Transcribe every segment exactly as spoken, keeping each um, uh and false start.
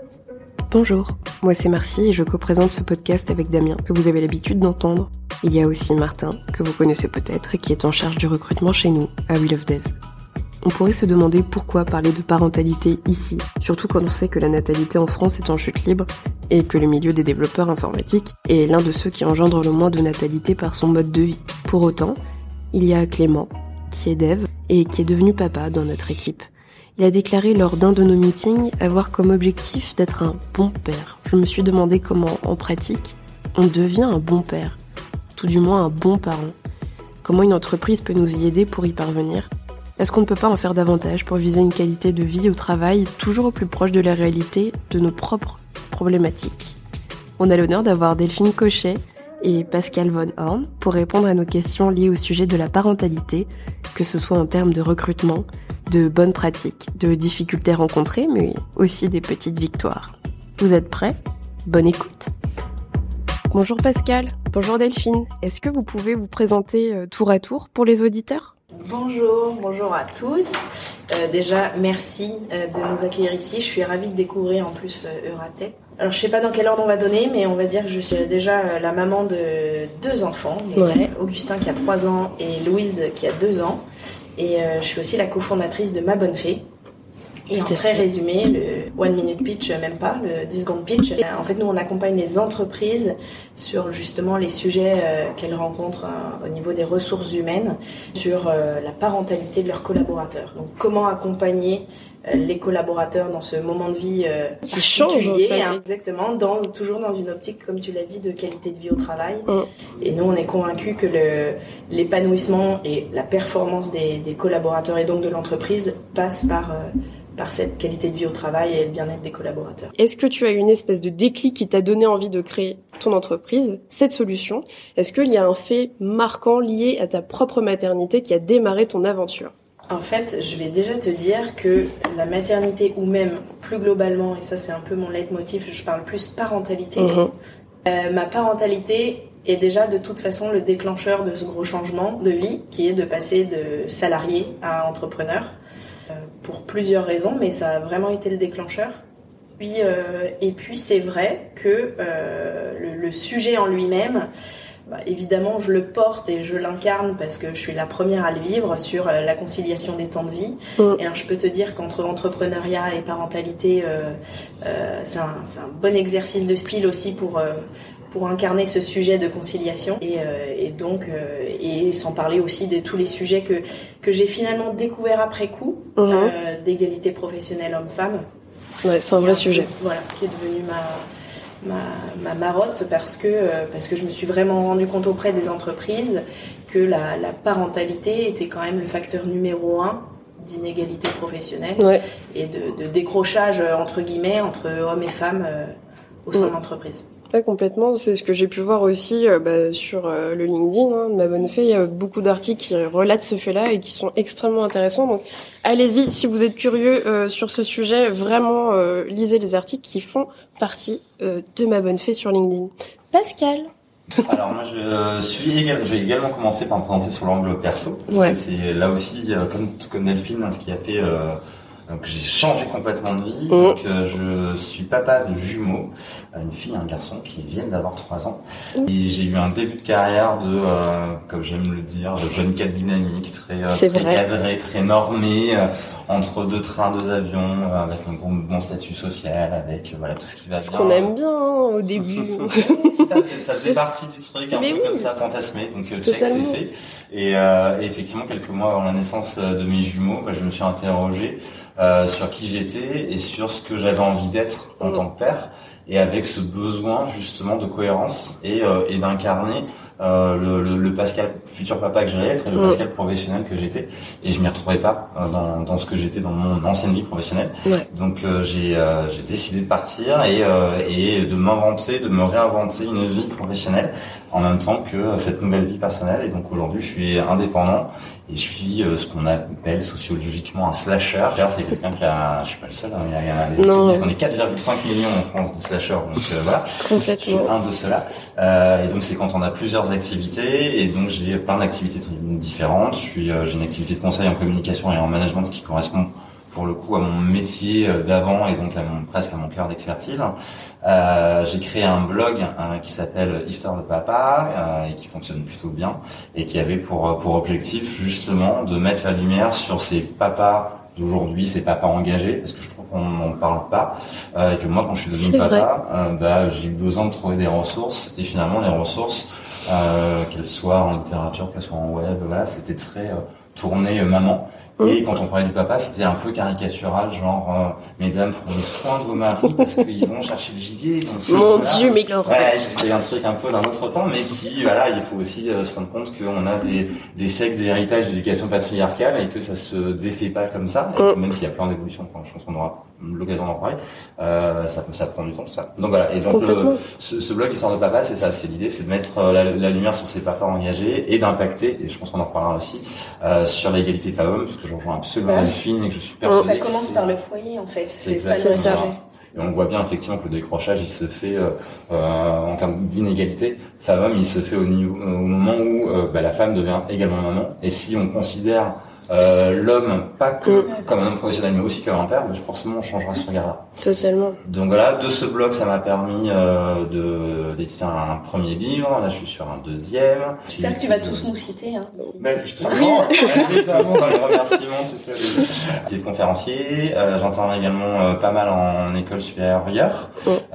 Bonjour, moi c'est Marcy et je co-présente ce podcast avec Damien, que vous avez l'habitude d'entendre. Il y a aussi Martin, que vous connaissez peut-être et qui est en charge du recrutement chez nous, à We Love Devs. On pourrait se demander pourquoi parler de parentalité ici, surtout quand on sait que la natalité en France est en chute libre et que le milieu des développeurs informatiques est l'un de ceux qui engendrent le moins de natalité par son mode de vie. Pour autant, il y a Clément, qui est dev et qui est devenu papa dans notre équipe. Il a déclaré lors d'un de nos meetings avoir comme objectif d'être un bon père. Je me suis demandé comment, en pratique, on devient un bon père, tout du moins un bon parent. Comment une entreprise peut nous y aider pour y parvenir ? Est-ce qu'on ne peut pas en faire davantage pour viser une qualité de vie au travail toujours au plus proche de la réalité de nos propres problématiques ? On a l'honneur d'avoir Delphine Cochet et Pascal Von Horn pour répondre à nos questions liées au sujet de la parentalité, que ce soit en termes de recrutement, de bonnes pratiques, de difficultés rencontrées, mais aussi des petites victoires. Vous êtes prêts ? Bonne écoute. Bonjour Pascal, bonjour Delphine. Est-ce que vous pouvez vous présenter euh, tour à tour pour les auditeurs ? Bonjour, bonjour à tous. Euh, déjà, merci euh, de nous accueillir ici. Je suis ravie de découvrir en plus euh, Euratech. Alors, je sais pas dans quel ordre on va donner, mais on va dire que je suis déjà euh, la maman de deux enfants. Ouais. Augustin qui a trois ans et Louise qui a deux ans. Et euh, je suis aussi la cofondatrice de Ma Bonne Fée. Et en très résumé, le one minute pitch, même pas, le dix secondes pitch. En fait, nous, on accompagne les entreprises sur justement les sujets euh, qu'elles rencontrent euh, au niveau des ressources humaines, sur euh, la parentalité de leurs collaborateurs. Donc, comment accompagner euh, les collaborateurs dans ce moment de vie euh, qui change, en fait. hein, exactement, dans, toujours dans une optique, comme tu l'as dit, de qualité de vie au travail. Mm. Et nous, on est convaincus que le, l'épanouissement et la performance des, des collaborateurs et donc de l'entreprise passe par... Euh, par cette qualité de vie au travail et le bien-être des collaborateurs. Est-ce que tu as une espèce de déclic qui t'a donné envie de créer ton entreprise, cette solution ? Est-ce qu'il y a un fait marquant lié à ta propre maternité qui a démarré ton aventure ? En fait, je vais déjà te dire que la maternité, ou même plus globalement, et ça c'est un peu mon leitmotiv, je parle plus parentalité, mmh. euh, ma parentalité est déjà de toute façon le déclencheur de ce gros changement de vie qui est de passer de salarié à entrepreneur. Pour plusieurs raisons, mais ça a vraiment été le déclencheur. Puis, euh, et puis c'est vrai que euh, le, le sujet en lui-même, bah, évidemment je le porte et je l'incarne parce que je suis la première à le vivre sur euh, la conciliation des temps de vie. Mmh. Et alors, je peux te dire qu'entre entrepreneuriat et parentalité, euh, euh, c'est, un, c'est un bon exercice de style aussi pour... Euh, pour incarner ce sujet de conciliation et, euh, et donc euh, et sans parler aussi de tous les sujets que que j'ai finalement découvert après coup, mmh. euh, d'égalité professionnelle homme-femme. Ouais, c'est un vrai sujet. Peu, voilà, qui est devenu ma ma ma marotte parce que euh, parce que je me suis vraiment rendu compte auprès des entreprises que la la parentalité était quand même le facteur numéro un d'inégalité professionnelle, ouais. et de, de décrochage entre guillemets entre hommes et femmes euh, au sein mmh. de l'entreprise. Ouais, complètement. C'est ce que j'ai pu voir aussi euh, bah, sur euh, le LinkedIn hein, de Ma Bonne Fée. Il y a beaucoup d'articles qui relatent ce fait-là et qui sont extrêmement intéressants. Donc, allez-y, si vous êtes curieux euh, sur ce sujet, vraiment euh, lisez les articles qui font partie euh, de Ma Bonne Fée sur LinkedIn. Pascal. Alors moi je suis également, je vais également commencer par me présenter sur l'angle perso parce ouais. que c'est là aussi euh, comme comme Delphine hein, ce qui a fait euh, donc j'ai changé complètement de vie. Mmh. Donc euh, je suis papa de jumeaux, une fille et un garçon qui viennent d'avoir trois ans. Mmh. Et j'ai eu un début de carrière de, euh, comme j'aime le dire, de jeune cadre dynamique, très, euh, très cadré, très normé, euh, entre deux trains, deux avions, euh, avec un bon, bon statut social, avec euh, voilà tout ce qui va ce bien. Ce qu'on aime bien hein, au début. c'est ça, c'est, ça faisait partie du truc un Mais peu oui. comme ça, fantasmé. Donc euh, check, c'est fait. Et, euh, et effectivement, quelques mois avant la naissance de mes jumeaux, bah, je me suis interrogé Euh, sur qui j'étais et sur ce que j'avais envie d'être en mmh. tant que père, et avec ce besoin justement de cohérence et, euh, et d'incarner euh, le, le, le Pascal futur papa que j'allais être et le mmh. Pascal professionnel que j'étais, et je m'y retrouvais pas euh, dans, dans ce que j'étais dans mon ancienne vie professionnelle. Ouais. Donc euh, j'ai, euh, j'ai décidé de partir et, euh, et de m'inventer, de me réinventer une vie professionnelle en même temps que cette nouvelle vie personnelle. Et donc aujourd'hui je suis indépendant. Et je suis euh, ce qu'on appelle sociologiquement un slasher. C'est quelqu'un qui a, je suis pas le seul, hein, il y a, il y a des gens qui disent qu'on est quatre virgule cinq millions en France de slashers, donc euh, voilà. Complètement. Je suis un de ceux-là. Euh, et donc c'est quand on a plusieurs activités, et donc j'ai plein d'activités différentes. Je suis, euh, j'ai une activité de conseil en communication et en management, ce qui correspond pour le coup à mon métier d'avant et donc à mon, presque à mon cœur d'expertise. Euh, j'ai créé un blog euh, qui s'appelle Histoire de Papa euh, et qui fonctionne plutôt bien et qui avait pour pour objectif justement de mettre la lumière sur ces papas d'aujourd'hui, ces papas engagés, parce que je trouve qu'on n'en parle pas euh, et que moi quand je suis devenu C'est papa, euh, bah j'ai eu besoin de trouver des ressources et finalement les ressources, euh, qu'elles soient en littérature, qu'elles soient en web, voilà, c'était très euh, tourné euh, maman. Et quand on parlait du papa, c'était un peu caricatural, genre euh, mesdames, prenez soin de vos maris parce qu'ils vont chercher le gibier. Donc, Mon voilà. Dieu, mais l'horreur. Ouais, c'est un truc un peu d'un autre temps, mais qui, voilà, il faut aussi euh, se rendre compte qu'on a des, des siècles d'héritage d'éducation patriarcale et que ça se défait pas comme ça. Et que même s'il y a plein d'évolutions, enfin, je pense qu'on aura l'occasion d'en parler, euh, ça, ça prend du temps tout ça. Donc voilà. Et donc le, ce, ce blog Histoire de Papa, c'est ça, c'est l'idée, c'est de mettre euh, la, la lumière sur ces papas engagés et d'impacter, et je pense qu'on en reparlera aussi, euh, sur l'égalité femmes-hommes, parce que je rejoins absolument Delphine et que je suis persuadé. Ça commence par le foyer en fait, c'est, c'est ça le sujet. Et on voit bien effectivement que le décrochage, il se fait euh, euh, en termes d'inégalité, femmes-hommes, il se fait au, niveau, au moment où euh, bah, la femme devient également maman. Et si on considère euh, l'homme pas que comme un homme professionnel, mais aussi comme un père, bah, forcément on changera ce regard-là. Totalement. Donc voilà, de ce blog, ça m'a permis euh, de d'éditer un premier livre. Là, je suis sur un deuxième. J'espère que tu vas tous nous citer. Hein, ben justement, évidemment, dans les remerciements, tu sais, petite conférencier. Euh, j'interviens également euh, pas mal en, en école supérieure,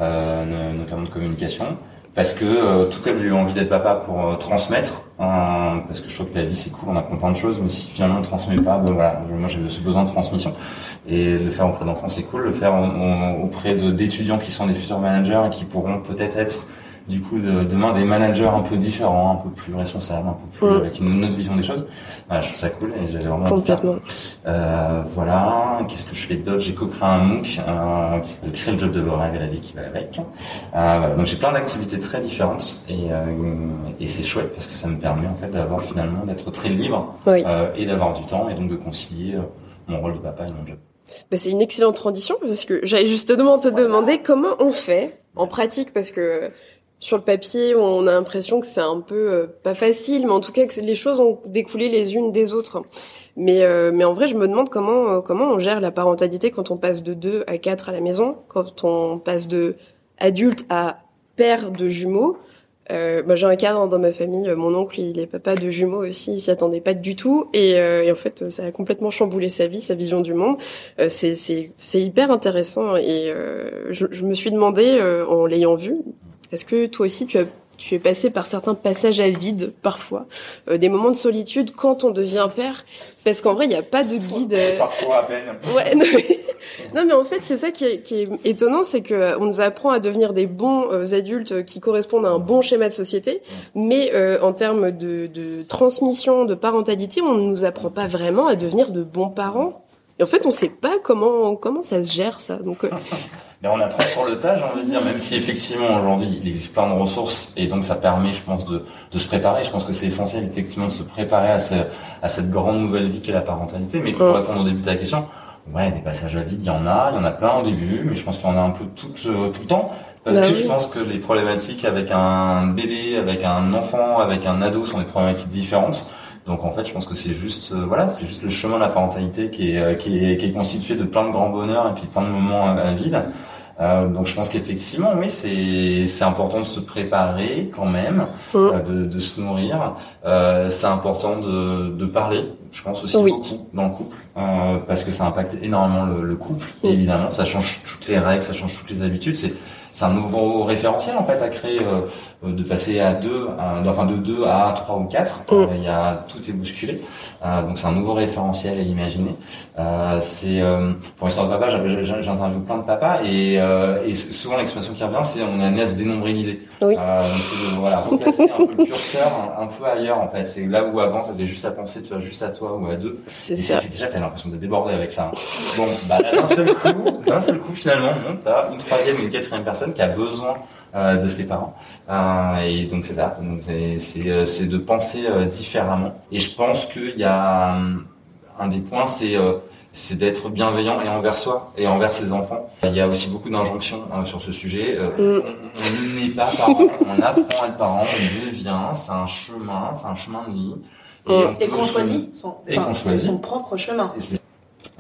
euh, notamment de communication. Parce que euh, tout comme j'ai eu envie d'être papa pour euh, transmettre, euh, parce que je trouve que la vie c'est cool, on apprend plein de choses, mais si finalement on ne transmet pas, ben voilà, moi j'ai ce besoin de transmission. Et le faire auprès d'enfants c'est cool, le faire en, en, auprès de, d'étudiants qui sont des futurs managers et qui pourront peut-être être du coup de, demain des managers un peu différents, un peu plus responsables, un peu plus mmh. avec une autre vision des choses. Voilà, je trouve ça cool et j'avais vraiment complètement. Euh, voilà, qu'est-ce que je fais d'autre? J'ai co-créé un MOOC euh, qui s'appelle Créer le job de vos rêves et la vie qui va avec. Euh, voilà, donc j'ai plein d'activités très différentes et, euh, et c'est chouette parce que ça me permet en fait d'avoir finalement d'être très libre oui. euh, et d'avoir du temps et donc de concilier euh, mon rôle de papa et mon job. Bah, c'est une excellente transition parce que j'allais justement te voilà. demander comment on fait en pratique parce que sur le papier, on a l'impression que c'est un peu euh, pas facile, mais en tout cas que les choses ont découlé les unes des autres. Mais euh, mais en vrai, je me demande comment euh, comment on gère la parentalité quand on passe de deux à quatre à la maison, quand on passe de adulte à père de jumeaux. Euh, moi, j'ai un cadre dans ma famille. Mon oncle, il est papa de jumeaux aussi. Il s'y attendait pas du tout, et, euh, et en fait, ça a complètement chamboulé sa vie, sa vision du monde. Euh, c'est c'est c'est hyper intéressant, et euh, je, je me suis demandé euh, en l'ayant vu. Est-ce que toi aussi tu as tu es passé par certains passages à vide parfois, euh, des moments de solitude quand on devient père, parce qu'en vrai il n'y a pas de guide. Euh... Parfois à peine. Ouais. Non mais, non mais en fait c'est ça qui est, qui est étonnant, c'est que on nous apprend à devenir des bons euh, adultes qui correspondent à un bon schéma de société, mais euh, en termes de, de transmission, de parentalité, on ne nous apprend pas vraiment à devenir de bons parents. Et en fait on ne sait pas comment comment ça se gère ça. Donc euh... Mais on apprend sur le tas, j'ai envie de dire, même si effectivement aujourd'hui il existe plein de ressources et donc ça permet, je pense, de, de se préparer. Je pense que c'est essentiel effectivement de se préparer à, ce, à cette grande nouvelle vie qu'est la parentalité. Mais pour répondre au début de ta question, ouais, des passages à vide, il y en a, il y en a plein au début, mais je pense qu'il y en a un peu tout, euh, tout le temps. Parce bah que oui. Je pense que les problématiques avec un bébé, avec un enfant, avec un ado sont des problématiques différentes. Donc en fait, je pense que c'est juste, euh, voilà, c'est juste le chemin de la parentalité qui est, euh, qui est, qui est constitué de plein de grands bonheurs et puis plein de moments à, à vide. Euh, donc je pense qu'effectivement, oui, c'est c'est important de se préparer quand même, mmh. euh, de, de se nourrir. Euh, c'est important de, de parler, je pense aussi oui. beaucoup dans le couple, euh, parce que ça impacte énormément le, le couple. Mmh. Et évidemment, ça change toutes les règles, ça change toutes les habitudes. C'est c'est un nouveau référentiel en fait à créer, euh, de passer à deux, à, enfin de deux à trois ou quatre. Mmh. Euh, il y a tout est bousculé, euh, donc c'est un nouveau référentiel à imaginer. Euh, c'est euh, pour l'histoire de papa, j'interviewe plein de papas et, euh, et souvent l'expression qui revient, c'est on est amené à se dénombriliser. Oui. Euh, donc c'est de voilà replacer un peu le curseur un, un peu ailleurs en fait. C'est là où avant t'avais juste à penser, tu vois, juste à toi ou à deux. C'est et ça. C'est, déjà t'as l'impression de déborder avec ça. Bon, bah là, d'un seul coup, d'un seul coup finalement, non, t'as une troisième ou une quatrième personne qui a besoin euh, de ses parents euh, et donc c'est ça, donc c'est c'est, c'est de penser euh, différemment et je pense qu'il y a um, un des points c'est euh, c'est d'être bienveillant et envers soi et envers ses enfants. Il y a aussi beaucoup d'injonctions hein, sur ce sujet. Euh, mm. On, on ne naît pas parent, on apprend à être parent, on devient, c'est un chemin, c'est un chemin de vie. Et, et qu'on choisit son, enfin, son propre chemin.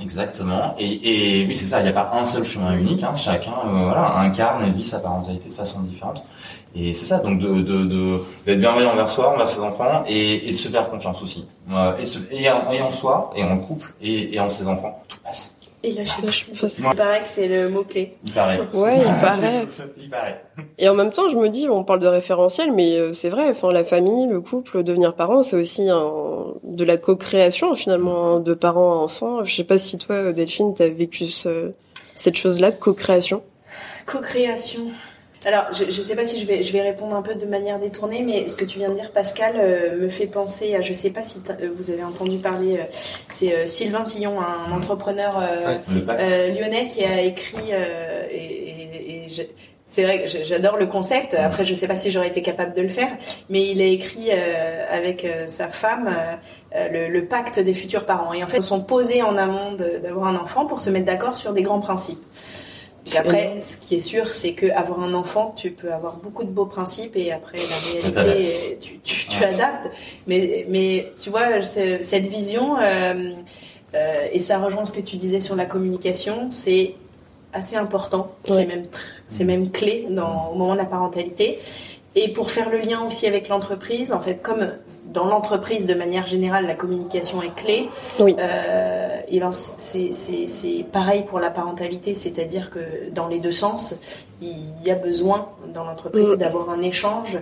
Exactement. Et, et oui, c'est ça. Il n'y a pas un seul chemin unique. Hein. Chacun, euh, voilà, incarne et vit sa parentalité de façon différente. Et c'est ça. Donc, de, de, de d'être bienveillant envers soi, envers ses enfants, et, et de se faire confiance aussi. Euh, et, se, et, en, et en soi, et en couple, et, et en ses enfants, tout passe. Et lâcher prise. Il paraît que c'est le mot-clé. Il paraît. Ouais, il paraît. il paraît. Et en même temps, je me dis, on parle de référentiel, mais c'est vrai, enfin, la famille, le couple, devenir parent, c'est aussi un, de la co-création, finalement, de parents à enfants. Je sais pas si toi, Delphine, t'as vécu ce, cette chose-là de co-création. Co-création. Alors, je ne sais pas si je vais, je vais répondre un peu de manière détournée, mais ce que tu viens de dire, Pascal, euh, me fait penser à, je ne sais pas si vous avez entendu parler, euh, c'est euh, Sylvain Tillon, un entrepreneur euh, euh, lyonnais qui a écrit, euh, et, et, et je, c'est vrai que j'adore le concept, après je ne sais pas si j'aurais été capable de le faire, mais il a écrit euh, avec euh, sa femme euh, le, le pacte des futurs parents. Et en fait, ils sont posés en amont de, d'avoir un enfant pour se mettre d'accord sur des grands principes. Et après, ce qui est sûr, c'est que avoir un enfant, tu peux avoir beaucoup de beaux principes et après la réalité, tu, tu, tu adaptes. Mais, mais tu vois, cette vision, euh, euh, et ça rejoint ce que tu disais sur la communication, c'est assez important. Ouais. C'est même, c'est même clé dans, au moment de la parentalité. Et pour faire le lien aussi avec l'entreprise, en fait, comme dans l'entreprise de manière générale, la communication est clé. Oui. Euh, et ben c'est, c'est, c'est pareil pour la parentalité, c'est-à-dire que dans les deux sens, il y a besoin dans l'entreprise oui. d'avoir un échange,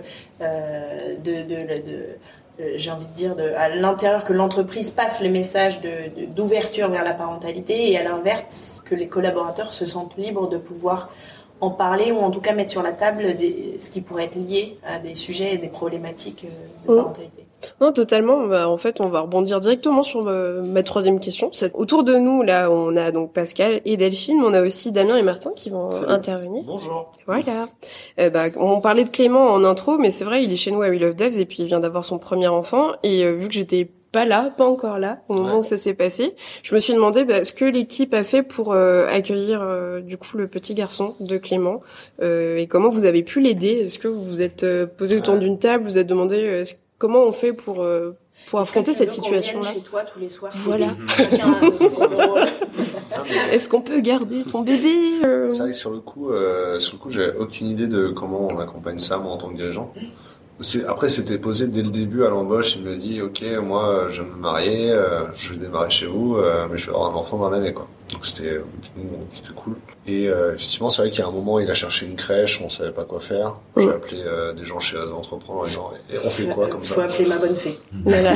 euh, de, de, de, de, j'ai envie de dire, de, à l'intérieur que l'entreprise passe le message de, de, d'ouverture vers la parentalité et à l'inverse que les collaborateurs se sentent libres de pouvoir en parler ou en tout cas mettre sur la table des, ce qui pourrait être lié à des sujets et des problématiques de parentalité. Non, totalement. Bah, en fait, on va rebondir directement sur euh, ma troisième question. C'est, autour de nous, là, on a donc Pascal et Delphine, mais on a aussi Damien et Martin qui vont Salut. intervenir. Bonjour. Voilà. Euh, bah, on parlait de Clément en intro, mais c'est vrai, il est chez nous à We Love Devs et puis il vient d'avoir son premier enfant. Et euh, vu que j'étais pas là, pas encore là, au moment ouais. où ça s'est passé, je me suis demandé bah, ce que l'équipe a fait pour euh, accueillir euh, du coup le petit garçon de Clément euh, et comment vous avez pu l'aider. Est-ce que vous vous êtes euh, posé autour ouais. d'une table, vous êtes demandé euh, comment on fait pour euh, pour Est-ce affronter cette situation-là. Est-ce qu'on vienne chez toi tous les soirs? Voilà. Est-ce qu'on peut garder ton bébé euh... C'est vrai que sur le coup, euh, sur le coup, j'avais aucune idée de comment on accompagne ça moi en tant que dirigeant. C'est, après, c'était posé dès le début à l'embauche. Il me dit, ok, moi, je vais me marier, euh, je vais démarrer chez vous, euh, mais je vais avoir un enfant dans l'année, quoi. Donc c'était, c'était cool. Et euh, effectivement, c'est vrai qu'il y a un moment, il a cherché une crèche, on savait pas quoi faire. J'ai mmh. appelé euh, des gens chez les entrepreneurs en disant, et on fait quoi comme ça? Faut appeler ma bonne fée. Voilà.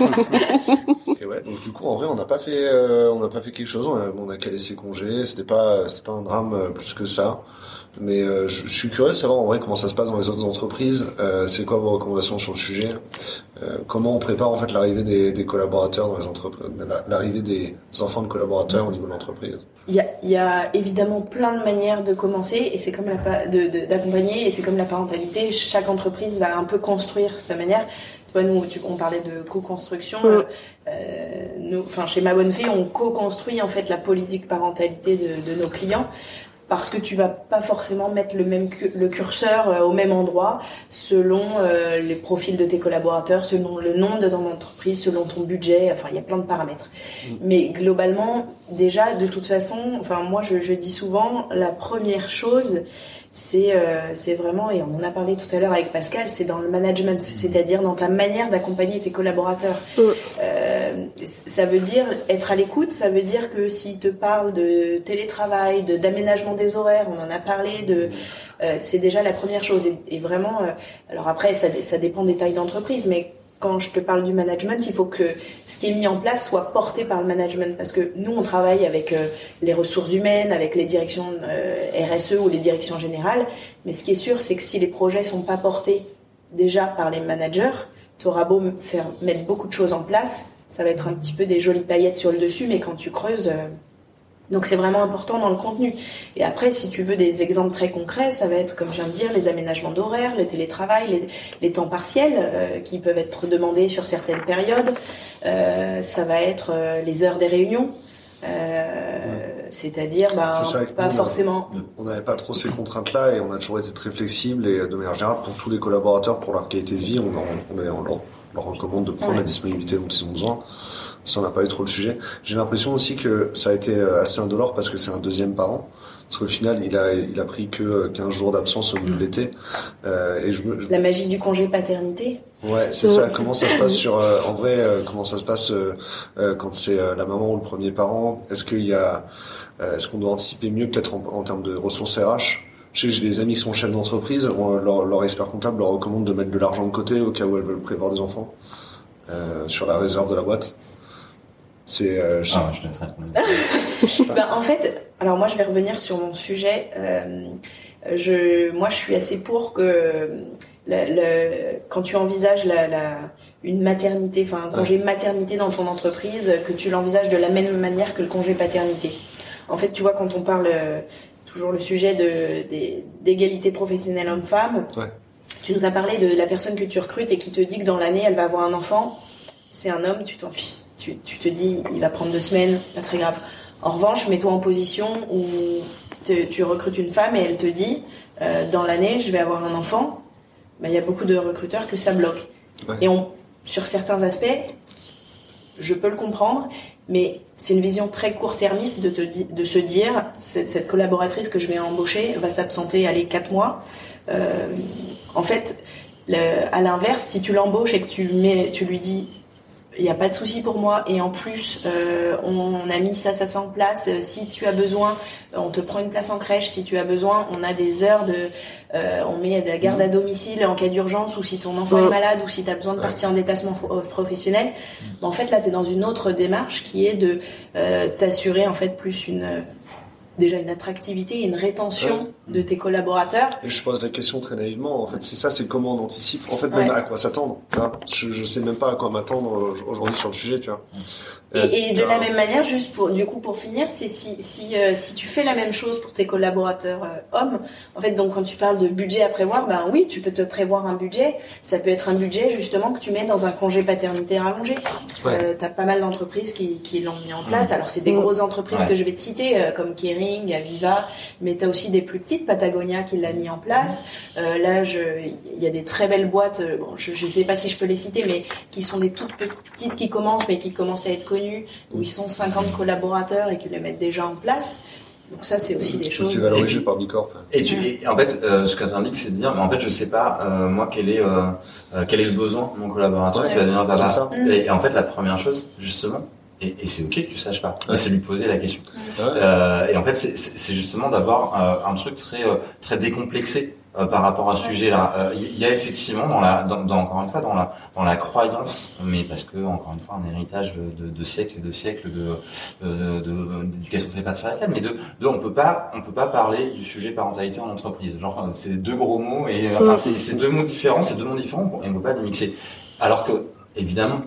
Et ouais, donc du coup, en vrai, on n'a pas fait, euh, on n'a pas fait quelque chose. On a, on a calé ses congés. C'était pas, c'était pas un drame euh, plus que ça. Mais euh, je suis curieux de savoir en vrai comment ça se passe dans les autres entreprises. Euh, c'est quoi vos recommandations sur le sujet? euh, Comment on prépare en fait l'arrivée des, des collaborateurs dans les entreprises, l'arrivée des enfants de collaborateurs au niveau de l'entreprise? Il y a, il y a évidemment plein de manières de commencer et c'est comme la de, de, d'accompagner et c'est comme la parentalité. Chaque entreprise va un peu construire sa manière. Tu vois, nous, tu, on parlait de co-construction. Mmh. Euh, nous, enfin, chez Ma Bonne Fée, on co-construit en fait la politique parentalité de, de nos clients. Parce que tu vas pas forcément mettre le même cu- le curseur euh, au même endroit selon euh, les profils de tes collaborateurs, selon le nombre de ton entreprise, selon ton budget. Enfin, il y a plein de paramètres. Mmh. Mais globalement, déjà, de toute façon, enfin moi, je, je dis souvent, la première chose, c'est euh, c'est vraiment, et on en a parlé tout à l'heure avec Pascal, c'est dans le management, c'est-à-dire dans ta manière d'accompagner tes collaborateurs. Mmh. Euh, ça veut dire être à l'écoute, ça veut dire que s'ils te parlent de télétravail, de d'aménagement des horaires, on en a parlé, de euh, c'est déjà la première chose. Et, et vraiment, euh, alors après, ça, ça dépend des tailles d'entreprise, mais quand je te parle du management, il faut que ce qui est mis en place soit porté par le management. Parce que nous, on travaille avec euh, les ressources humaines, avec les directions euh, R S E ou les directions générales. Mais ce qui est sûr, c'est que si les projets sont pas portés déjà par les managers, tu auras beau faire, mettre beaucoup de choses en place, ça va être un petit peu des jolies paillettes sur le dessus, mais quand tu creuses... Euh, Donc c'est vraiment important dans le contenu. Et après, si tu veux des exemples très concrets, ça va être, comme je viens de dire, les aménagements d'horaires, le télétravail, les, les temps partiels euh, qui peuvent être demandés sur certaines périodes. Euh, ça va être euh, les heures des réunions. Euh, ouais. C'est-à-dire, bah, c'est pas nous, forcément... On n'avait pas trop ces contraintes-là et on a toujours été très flexible et de manière générale, pour tous les collaborateurs, pour leur qualité de vie, on, en, on, on leur, leur recommande de prendre ouais. la disponibilité dont ils ont besoin. ça n'a pas eu trop le sujet. J'ai l'impression aussi que ça a été assez indolore parce que c'est un deuxième parent. Parce qu'au final, il a, il a pris que quinze jours d'absence au milieu de l'été. Euh, et je me, je... La magie du congé paternité. Ouais, c'est ça. Comment ça se passe sur, euh, en vrai, euh, comment ça se passe euh, euh, quand c'est euh, la maman ou le premier parent? Est-ce qu'il y a, euh, est-ce qu'on doit anticiper mieux peut-être en, en termes de ressources R H? Je sais que j'ai des amis qui sont chefs d'entreprise. On, leur, leur expert comptable leur recommande de mettre de l'argent de côté au cas où elles veulent prévoir des enfants euh, sur la réserve de la boîte. C'est. Euh, je... Ah, je laisse ben, en fait, alors moi je vais revenir sur mon sujet. Euh, je, moi je suis assez pour que le, le, quand tu envisages la, la, une maternité, enfin un congé ouais. maternité dans ton entreprise, que tu l'envisages de la même manière que le congé paternité. En fait, tu vois, quand on parle toujours le sujet de, des, d'égalité professionnelle homme-femme, ouais. tu nous as parlé de la personne que tu recrutes et qui te dit que dans l'année elle va avoir un enfant. C'est un homme, tu t'en fiches. Tu, tu te dis, il va prendre deux semaines, pas très grave. En revanche, mets-toi en position où te, tu recrutes une femme et elle te dit, euh, dans l'année, je vais avoir un enfant. Ben, y a beaucoup de recruteurs que ça bloque. Ouais. Et on, sur certains aspects, je peux le comprendre, mais c'est une vision très court-termiste de, te, de se dire, cette, cette collaboratrice que je vais embaucher va s'absenter, allez, quatre mois. Euh, en fait, le, à l'inverse, si tu l'embauches et que tu, mets, tu lui dis, il n'y a pas de souci pour moi et en plus euh, on a mis ça ça ça en place, si tu as besoin on te prend une place en crèche, si tu as besoin on a des heures de euh, on met de la garde à domicile en cas d'urgence ou si ton enfant ouais. est malade ou si tu as besoin de partir en déplacement professionnel. En fait là tu es dans une autre démarche qui est de euh, t'assurer en fait plus une déjà une attractivité et une rétention ouais. de tes collaborateurs. Et je pose la question très naïvement, en fait, c'est ça, c'est comment on anticipe, en fait, même ouais. à quoi s'attendre, tu vois. Je, je sais même pas à quoi m'attendre aujourd'hui sur le sujet, tu vois. Et, et de la même manière, juste pour, du coup, pour finir, c'est si, si, euh, si tu fais la même chose pour tes collaborateurs euh, hommes, en fait, donc quand tu parles de budget à prévoir, ben oui, tu peux te prévoir un budget. Ça peut être un budget, justement, que tu mets dans un congé paternité rallongé. Ouais. Euh, t'as pas mal d'entreprises qui, qui l'ont mis en place. Alors, c'est des mmh. grosses entreprises ouais. que je vais te citer, euh, comme Kering, Aviva, mais t'as aussi des plus petites, Patagonia qui l'a mis en place. Euh, là, je, il y a des très belles boîtes, euh, bon, je, je sais pas si je peux les citer, mais qui sont des toutes petites qui commencent, mais qui commencent à être connues, où ils sont cinquante collaborateurs et qu'ils les mettent déjà en place. Donc ça, c'est aussi des choses... C'est valorisé par Bicorp. Et, tu, et en fait, euh, ce que tu indiques, c'est de dire, mais en fait, je sais pas, euh, moi, quel est, euh, euh, quel est le besoin de mon collaborateur ouais, qui va devenir papa. Ça. Et, et en fait, la première chose, justement, et, et c'est ok que tu saches pas, ouais. c'est lui poser la question. Ouais. Euh, et en fait, c'est, c'est justement d'avoir euh, un truc très, euh, très décomplexé. Euh, par rapport à ce sujet-là, il euh, y a effectivement dans la, dans, dans, encore une fois, dans la, dans la croyance, mais parce que encore une fois, un héritage de, de, de siècles et de siècles de, de, de, d'éducation patriarcale, mais de, de, on peut pas, on peut pas parler du sujet parentalité en entreprise. Genre, c'est deux gros mots et enfin, c'est, c'est deux mots différents, c'est deux mots différents et on peut pas les mixer. Alors que, évidemment,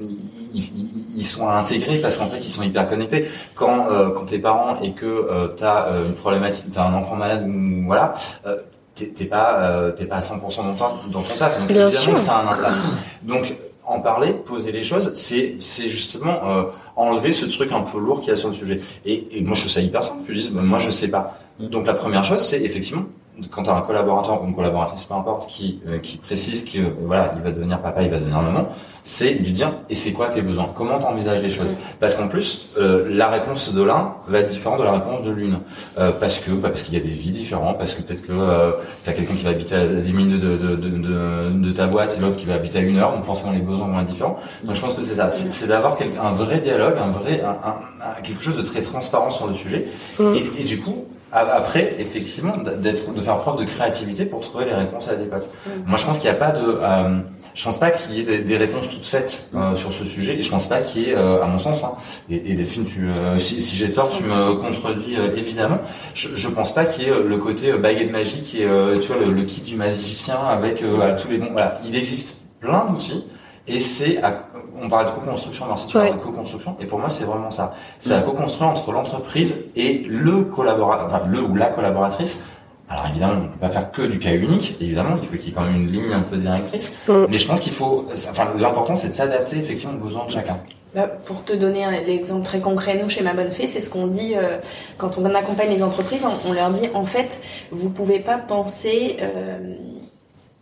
Ils, ils sont intégrés parce qu'en fait ils sont hyper connectés. Quand euh, quand t'es parent et que euh, t'as euh, une problématique, t'as un enfant malade ou voilà, euh, t'es, t'es pas euh, t'es pas à cent pour cent dans ton dans ton taf. Donc Bien évidemment que ça a un impact. Donc en parler, poser les choses, c'est c'est justement euh, enlever ce truc un peu lourd qu'il y a sur le sujet. Et, et moi je trouve ça hyper simple. Tu dis, bah, moi je sais pas. Donc la première chose, c'est effectivement quand tu as un collaborateur ou une collaboratrice, peu importe, qui euh, qui précise que euh, voilà, il va devenir papa, il va devenir maman, c'est de dire et c'est quoi tes besoins, comment t'envisages les choses, parce qu'en plus euh, la réponse de l'un va être différente de la réponse de l'une, euh, parce que bah, parce qu'il y a des vies différentes, parce que peut-être que euh, t'as quelqu'un qui va habiter à dix minutes de de de de, de ta boîte et l'autre qui va habiter à une heure, donc forcément les besoins vont être différents. Donc je pense que c'est ça, c'est, c'est d'avoir quel, un vrai dialogue, un vrai un, un, un, quelque chose de très transparent sur le sujet, mmh. et, et du coup après, effectivement, d'être, de faire preuve de créativité pour trouver les réponses adéquates. Mmh. Moi, je pense qu'il n'y a pas de, euh, je pense pas qu'il y ait des, des réponses toutes faites euh, sur ce sujet, et je pense pas qu'il y ait, euh, à mon sens, hein, et, et Delphine, tu, euh, si, si j'ai tort, tu me contredis euh, évidemment. Je, je pense pas qu'il y ait le côté baguette magique et euh, tu vois le, le kit du magicien avec euh, tous les bons. Voilà, il existe plein d'outils. Et c'est, à, on parlait de co-construction, merci, tu parlais de co-construction, et pour moi c'est vraiment ça. C'est à co-construire entre l'entreprise et le collaborateur, enfin le ou la collaboratrice. Alors évidemment, on ne peut pas faire que du cas unique, évidemment, il faut qu'il y ait quand même une ligne un peu directrice, mmh. mais je pense qu'il faut, enfin l'important c'est de s'adapter effectivement aux besoins de chacun. Bah, pour te donner un, l'exemple très concret, nous chez Ma Bonne Fée, c'est ce qu'on dit euh, quand on accompagne les entreprises, on, on leur dit en fait, vous pouvez pas penser... Euh,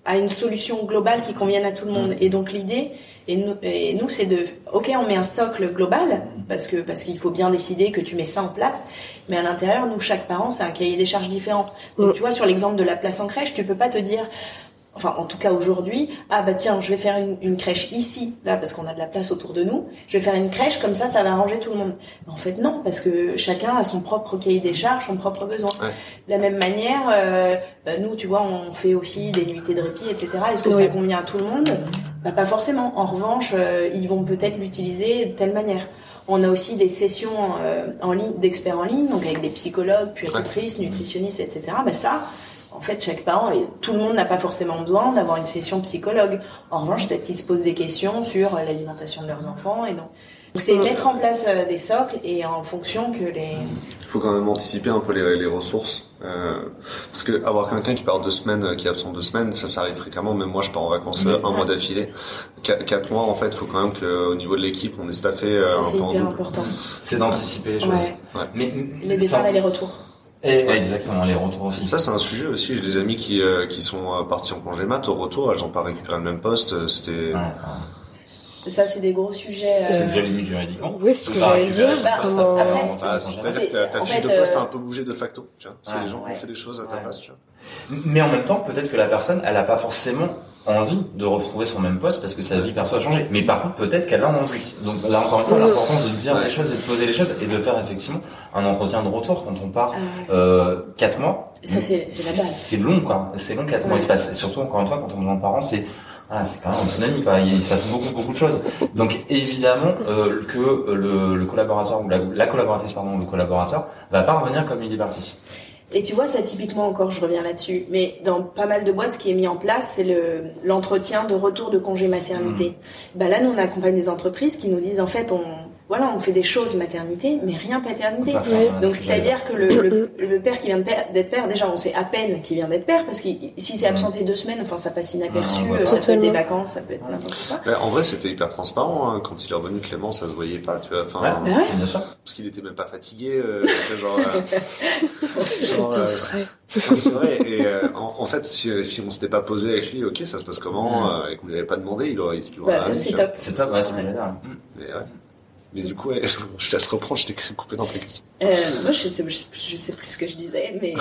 à une solution globale qui convienne à tout le monde. Et donc l'idée, et nous, et nous c'est de, ok, on met un socle global parce que parce qu'il faut bien décider que tu mets ça en place, mais à l'intérieur, nous, chaque parent, c'est un cahier des charges différent. Donc tu vois, sur l'exemple de la place en crèche, tu peux pas te dire, enfin en tout cas aujourd'hui, ah bah tiens, je vais faire une, une crèche ici, là, parce qu'on a de la place autour de nous, je vais faire une crèche, comme ça, ça va arranger tout le monde. Mais en fait non, parce que chacun a son propre cahier des charges, son propre besoin. Ouais. De la même manière, euh, bah, nous, tu vois, on fait aussi des nuitées de répit, et cetera. Est-ce que oui. ça convient à tout le monde ? Bah pas forcément. En revanche, euh, ils vont peut-être l'utiliser de telle manière. On a aussi des sessions euh, en ligne, d'experts en ligne, donc avec des psychologues, puéricultrices, nutritionnistes, et cetera. Bah ça... En fait, chaque parent, et tout le monde n'a pas forcément besoin d'avoir une session psychologue. En revanche, peut-être qu'ils se posent des questions sur l'alimentation de leurs enfants. Et donc, donc c'est mettre en place des socles et en fonction que les... Il faut quand même anticiper un peu les, les ressources. Euh, parce que avoir quelqu'un qui part deux semaines, qui est absent deux semaines, ça, ça arrive fréquemment. Même moi, je pars en vacances mmh. un mois d'affilée. Qu- quatre mois, en fait, il faut quand même qu'au niveau de l'équipe, on est staffé euh, ça, un c'est peu en hyper double. important. C'est d'anticiper les choses. Ouais. Ouais. Mais, les départs ça... et les retours. Et exactement, les retours aussi. Ça, c'est un sujet aussi. J'ai des amis qui euh, qui sont euh, partis en congé mat. Au retour, elles n'ont pas récupéré le même poste. C'était... Ouais, ouais. Ça, c'est des gros sujets. C'est euh... déjà limite juridique. Oui, c'est ce que j'allais dire. Bah, comment... Après, ah, c'est-à-dire que ta, ta fiche fait, de poste euh... a un peu bougé de facto. Tu vois. C'est ouais, les gens ouais. qui ont fait des choses à ta ouais. place. Tu vois. Mais en même temps, peut-être que la personne, elle n'a pas forcément envie de retrouver son même poste parce que sa vie perso a changé. Mais par contre, peut-être qu'elle a envie. Donc là, encore une fois, l'importance de dire ouais. les choses et de poser les choses et de faire effectivement un entretien de retour quand on part ah ouais. euh, quatre mois. Ça, c'est, c'est la base. C'est long, quoi. C'est long, quatre ouais. mois. Il se passe, surtout, encore une fois, quand on devient parent, c'est, voilà, c'est quand même un tsunami, quoi. Il, il se passe beaucoup, beaucoup de choses. Donc, évidemment, euh, que le, le collaborateur ou la, la collaboratrice, pardon, ou le collaborateur va pas revenir comme il est parti. Et tu vois, ça typiquement encore, je reviens là-dessus, mais dans pas mal de boîtes, ce qui est mis en place, c'est le l'entretien de retour de congé maternité. Mmh. Bah là, nous, on accompagne des entreprises qui nous disent, en fait, on voilà, on fait des choses maternité, mais rien paternité. Ouais. Donc, c'est-à-dire que le, le, le père qui vient d'être père, déjà, on sait à peine qu'il vient d'être père, parce que si c'est absenté deux semaines, enfin, ça passe inaperçu, mmh, ça peut être des vacances, ça peut être n'importe quoi. Mais en vrai, c'était hyper transparent, hein. Quand il est revenu, Clément, ça se voyait pas, tu vois. Enfin, ouais, bah ouais. bien sûr. Parce qu'il était même pas fatigué, euh, genre, euh, genre, euh, c'est vrai. Et euh, en, en fait, si, si on s'était pas posé avec lui, ok, ça se passe comment, mmh. euh, et qu'on lui avait pas demandé, il aurait, il aurait. Bah, ça, c'est top. C'est top, ouais, c'est bien. Mais ouais. Mais du coup, ouais, je te laisse reprendre, je t'ai coupé dans tes questions. Euh, moi, je sais, je sais plus ce que je disais, mais...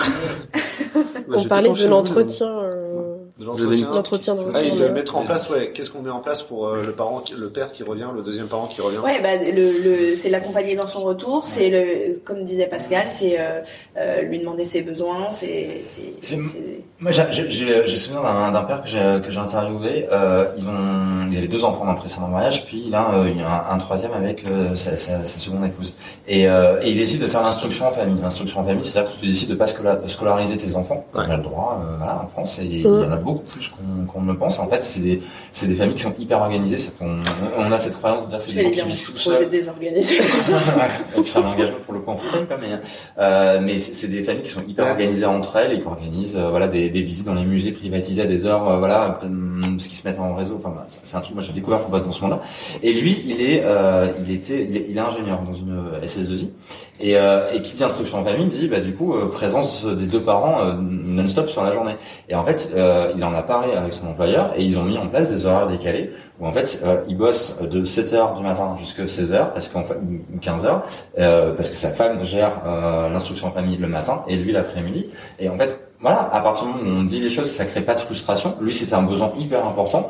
On parlait de l'entretien... Euh... De l'entretien. l'entretien de ah, et de mettre en place, ouais. Qu'est-ce qu'on met en place pour euh, le parent, qui, le père qui revient, le deuxième parent qui revient? Ouais, bah, le, le, c'est l'accompagner dans son retour, ouais. c'est le, comme disait Pascal, c'est, euh, euh, lui demander ses besoins, c'est, c'est, c'est... c'est... Moi, j'ai, j'ai, j'ai souvenir d'un, d'un père que j'ai, que j'ai interviewé, euh, ils ont, il avait deux enfants dans le précédent mariage, puis il a, euh, il a un, un troisième avec, euh, sa, sa, sa seconde épouse. Et, euh, et il décide de faire l'instruction en famille. L'instruction en famille, c'est-à-dire que tu décides de pas scolariser tes enfants. Ouais. On a le droit, euh, voilà, en France, et il y en a beaucoup plus qu'on, qu'on ne le pense. En fait, c'est des, c'est des familles qui sont hyper organisées. C'est qu'on, on a cette croyance de dire que c'est des gens qui vivent tout seuls. Vous êtes désorganisés. Et puis c'est un engagement pour le coup en fauteuil, quoi, mais, euh, mais c'est, c'est des familles qui sont hyper ouais. organisées entre elles et qui organisent, euh, voilà, des, des visites dans les musées privatisés à des heures, euh, voilà, ce qui se mettent en réseau. Enfin, bah, c'est, c'est un truc, moi, j'ai découvert complètement ce moment-là. Et lui, il est, euh, il était, il est, il est ingénieur dans une S S deux I. Et, euh, et qui dit instruction en famille dit bah du coup euh, présence des deux parents euh, non-stop sur la journée. Et en fait euh, il en a parlé avec son employeur et ils ont mis en place des horaires décalés où en fait euh, il bosse de sept heures du matin jusqu'à seize heures parce qu'en fait quinze heures euh, parce que sa femme gère euh, l'instruction en famille le matin et lui l'après-midi. Et en fait voilà, à partir du moment où on dit les choses, ça crée pas de frustration. Lui, c'était un besoin hyper important.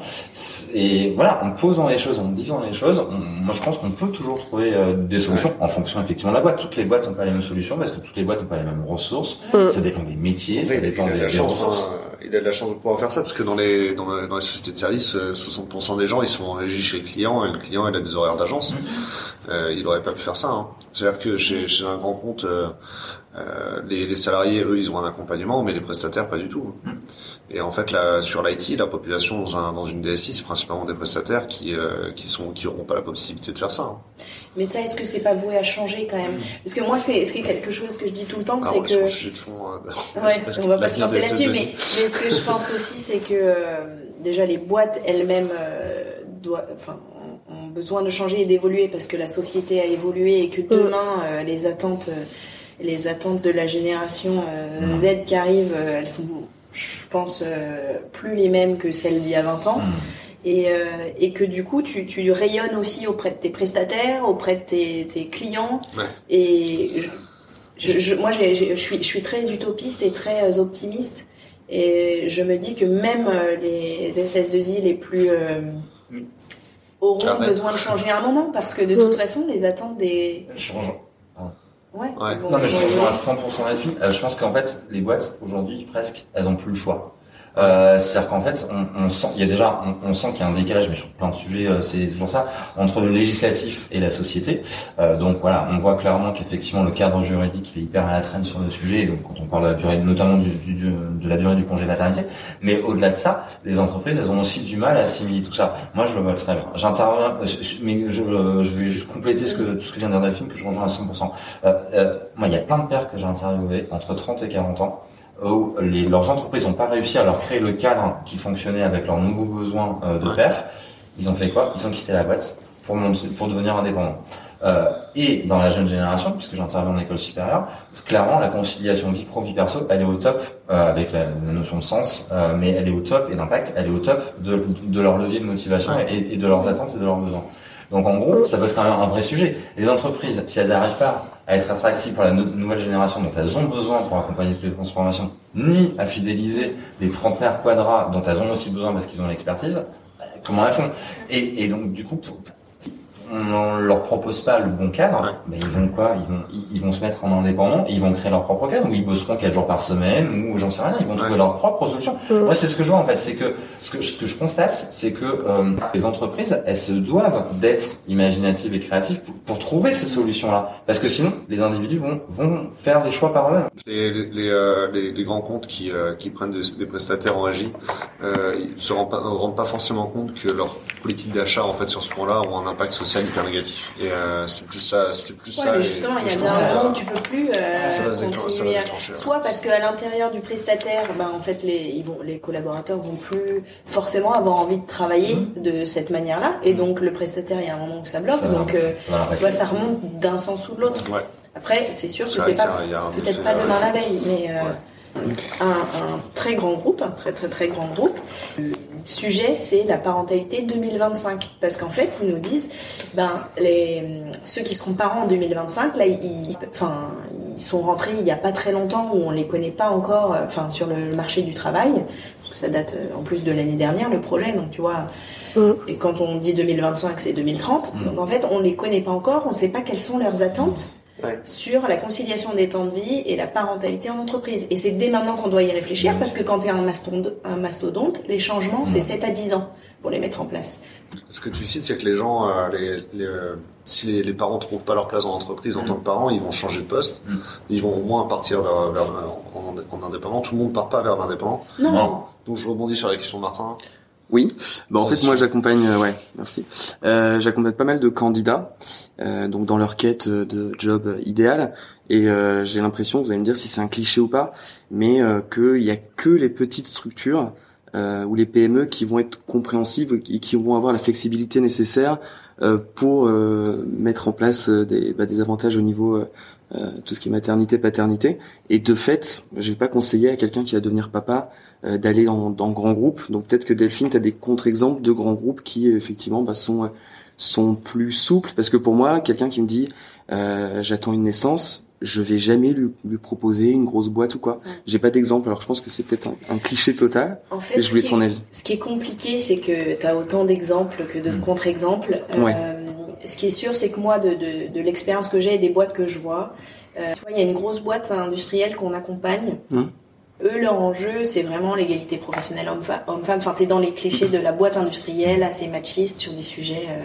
Et voilà, en posant les choses, en disant les choses, on, moi je pense qu'on peut toujours trouver euh, des solutions ouais. en fonction effectivement de la boîte. Toutes les boîtes n'ont pas les mêmes solutions parce que toutes les boîtes n'ont pas les mêmes ressources. Mmh. Ça dépend des métiers, oui, ça dépend des, des chance, ressources. Hein, il a de la chance de pouvoir faire ça parce que dans les dans, dans les sociétés de services, soixante pour cent des gens ils sont en régie chez le client et le client il a des horaires d'agence. Mmh. Euh, il aurait pas pu faire ça. Hein. C'est-à-dire que chez, chez un grand compte. Euh, Euh, les, les salariés, eux, ils ont un accompagnement, mais les prestataires, pas du tout. Mmh. Et en fait, là, sur l'I T, la population dans, un, dans une D S I, c'est principalement des prestataires qui euh, qui sont qui auront pas la possibilité de faire ça. Hein. Mais ça, est-ce que c'est pas voué à changer quand même? Parce que moi, c'est, c'est quelque chose que je dis tout le temps, ah, c'est ouais, que. Sur le de fond, euh, ouais, on va pas se lancer là-dessus, mais, mais ce que je pense aussi, c'est que euh, déjà les boîtes elles-mêmes euh, doivent, enfin, ont besoin de changer et d'évoluer parce que la société a évolué et que demain euh, les attentes. Euh, Les attentes de la génération euh, Z qui arrive, euh, elles sont, je pense, euh, plus les mêmes que celles d'il y a vingt ans. Mmh. Et, euh, et que du coup, tu, tu rayonnes aussi auprès de tes prestataires, auprès de tes, tes clients. Ouais. Et je, je, je, moi, j'ai, j'ai, je, suis, je suis très utopiste et très optimiste. Et je me dis que même les S S deux I les plus euh, auront Carré. besoin de changer à un moment, parce que de toute mmh. façon, les attentes des... Change. Ouais. ouais. Bon, non mais je rejoins à cent pour cent là-dessus. Euh, je pense qu'en fait, les boîtes aujourd'hui, presque, elles ont plus le choix. Euh, c'est-à-dire qu'en fait, on, on sent, il y a déjà, on, on sent qu'il y a un décalage, mais sur plein de sujets, euh, c'est toujours ça, entre le législatif et la société. Euh, donc voilà, on voit clairement qu'effectivement le cadre juridique il est hyper à la traîne sur le sujet. Donc quand on parle de la durée, notamment du, du, du, de la durée du congé maternité, mais au-delà de ça, les entreprises, elles ont aussi du mal à assimiler tout ça. Moi, je le vois très bien. J'interviens, mais je, je vais juste compléter ce que tout ce que vient de dire Delphine, que je rejoins à cent pour cent. Euh, euh, moi, il y a plein de pères que j'ai interviewés entre trente et quarante ans. Où les, leurs entreprises n'ont pas réussi à leur créer le cadre qui fonctionnait avec leurs nouveaux besoins euh, de ouais. père. Ils ont fait quoi? Ils ont quitté la boîte pour, monter, pour devenir indépendants. Euh, et dans la jeune génération, puisque j'interviens en école supérieure, clairement la conciliation vie pro vie perso, elle est au top euh, avec la, la notion de sens, euh, mais elle est au top et d'impact, elle est au top de, de leur levier de motivation ouais. et, et de leurs attentes et de leurs besoins. Donc en gros, ça pose quand même un vrai sujet. Les entreprises, si elles n'arrivent pas à être attractives pour la no- nouvelle génération dont elles ont besoin pour accompagner toutes les transformations, ni à fidéliser les trentenaires quadras dont elles ont aussi besoin parce qu'ils ont l'expertise, comment elles font? Et, et donc du coup, pour, on leur propose pas le bon cadre, ouais. mais ils vont quoi? Ils vont, ils, ils vont se mettre en indépendant et ils vont créer leur propre cadre, ou ils bosseront quatre jours par semaine, ou j'en sais rien, ils vont ouais. trouver leur propre solution. Mmh. Moi, c'est ce que je vois en fait, c'est que ce que, ce que je constate, c'est que euh, les entreprises, elles se doivent d'être imaginatives et créatives pour, pour trouver ces solutions-là, parce que sinon, les individus vont vont faire des choix par eux-mêmes. Les les les, euh, les, les grands comptes qui euh, qui prennent des, des prestataires en régie, euh, ils se rendent pas, ne rendent pas forcément compte que leur politique d'achat en fait sur ce point-là ont un impact social hyper négatif. Et euh, c'était plus ça, c'était plus ouais, ça. Mais justement, il y a un moment où tu peux plus euh, ça va se déclencher, ça va se déclencher, soit parce qu'à l'intérieur du prestataire, ben en fait les ils vont les collaborateurs vont plus forcément avoir envie de travailler mmh. de cette manière-là, et donc le prestataire, il y a un moment où ça bloque, ça donc euh, ça, tu vois, ça remonte d'un sens ou de l'autre. Ouais. Après, c'est sûr c'est que c'est pas peut-être pas demain la veille, mais euh, ouais. un, un très grand groupe, un très très très grand groupe. Le sujet, c'est la parentalité deux mille vingt-cinq, parce qu'en fait, ils nous disent, ben les ceux qui seront parents en deux mille vingt-cinq, là, ils, enfin, ils sont rentrés il y a pas très longtemps, où on les connaît pas encore, enfin, sur le marché du travail, parce que ça date en plus de l'année dernière le projet, donc tu vois. Mmh. Et quand on dit deux mille vingt-cinq, c'est deux mille trente. Mmh. Donc en fait, on les connaît pas encore, on sait pas quelles sont leurs attentes. Ouais. Sur la conciliation des temps de vie et la parentalité en entreprise. Et c'est dès maintenant qu'on doit y réfléchir, parce que quand tu es un mastodonte, un mastodonte, les changements, c'est sept à dix ans pour les mettre en place. Ce que tu cites, c'est que les gens, euh, les, les, euh, si les, les parents trouvent pas leur place en entreprise en mmh. tant que parents, ils vont changer de poste. Mmh. Ils vont au moins partir vers, vers, en, en indépendant. Tout le monde part pas vers l'indépendant. Non. non. Donc je rebondis sur la question de Martin. Oui, bah en fait moi j'accompagne, euh, ouais, merci. Euh, j'accompagne pas mal de candidats, euh, donc dans leur quête de job idéal, et euh, j'ai l'impression, vous allez me dire si c'est un cliché ou pas, mais euh, qu'il y a que les petites structures euh, ou les P M E qui vont être compréhensives et qui vont avoir la flexibilité nécessaire euh, pour euh, mettre en place des, bah, des avantages au niveau euh, euh, tout ce qui est maternité, paternité, et de fait, je vais pas conseiller à quelqu'un qui va devenir papa euh, d'aller dans, dans grands groupes. Donc peut-être que Delphine, tu as des contre-exemples de grands groupes qui effectivement bah, sont sont plus souples, parce que pour moi, quelqu'un qui me dit euh, j'attends une naissance, je vais jamais lui, lui proposer une grosse boîte ou quoi. Ouais. J'ai pas d'exemple, alors je pense que c'est peut-être un, un cliché total. En fait, et je voulais ton avis. Ce qui est compliqué, c'est que tu as autant d'exemples que de mmh. contre-exemples. Ouais. Euh, ce qui est sûr, c'est que moi, de, de, de l'expérience que j'ai et des boîtes que je vois, euh, tu vois, il y a une grosse boîte industrielle qu'on accompagne. Mmh. Eux, leur enjeu, c'est vraiment l'égalité professionnelle homme-femme. Homme-femme. Enfin, t'es dans les clichés de la boîte industrielle, assez machiste sur des sujets, euh,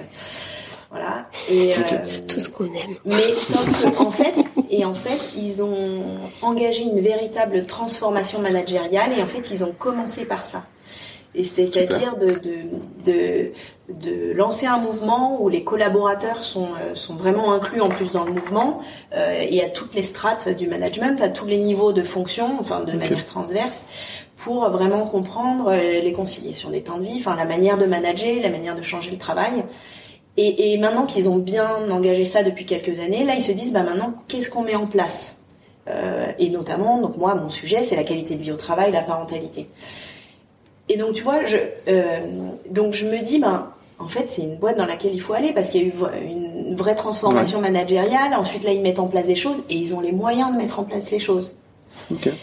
voilà. Et euh, tout ce qu'on aime. Mais sauf que, en fait, et en fait, ils ont engagé une véritable transformation managériale, et en fait, ils ont commencé par ça. Et c'est-à-dire de, de, de, de lancer un mouvement où les collaborateurs sont, euh, sont vraiment inclus en plus dans le mouvement, euh, et à toutes les strates du management, à tous les niveaux de fonction, enfin de okay. manière transverse, pour vraiment comprendre les conciliations des temps de vie, enfin la manière de manager, la manière de changer le travail. Et, et maintenant qu'ils ont bien engagé ça depuis quelques années, là ils se disent bah maintenant qu'est-ce qu'on met en place ? euh, et notamment, donc moi, mon sujet, c'est la qualité de vie au travail, la parentalité. Et donc, tu vois, je, euh, donc je me dis, ben, en fait, c'est une boîte dans laquelle il faut aller parce qu'il y a eu une vraie transformation ouais. managériale. Ensuite, là, ils mettent en place des choses et ils ont les moyens de mettre en place les choses. Okay.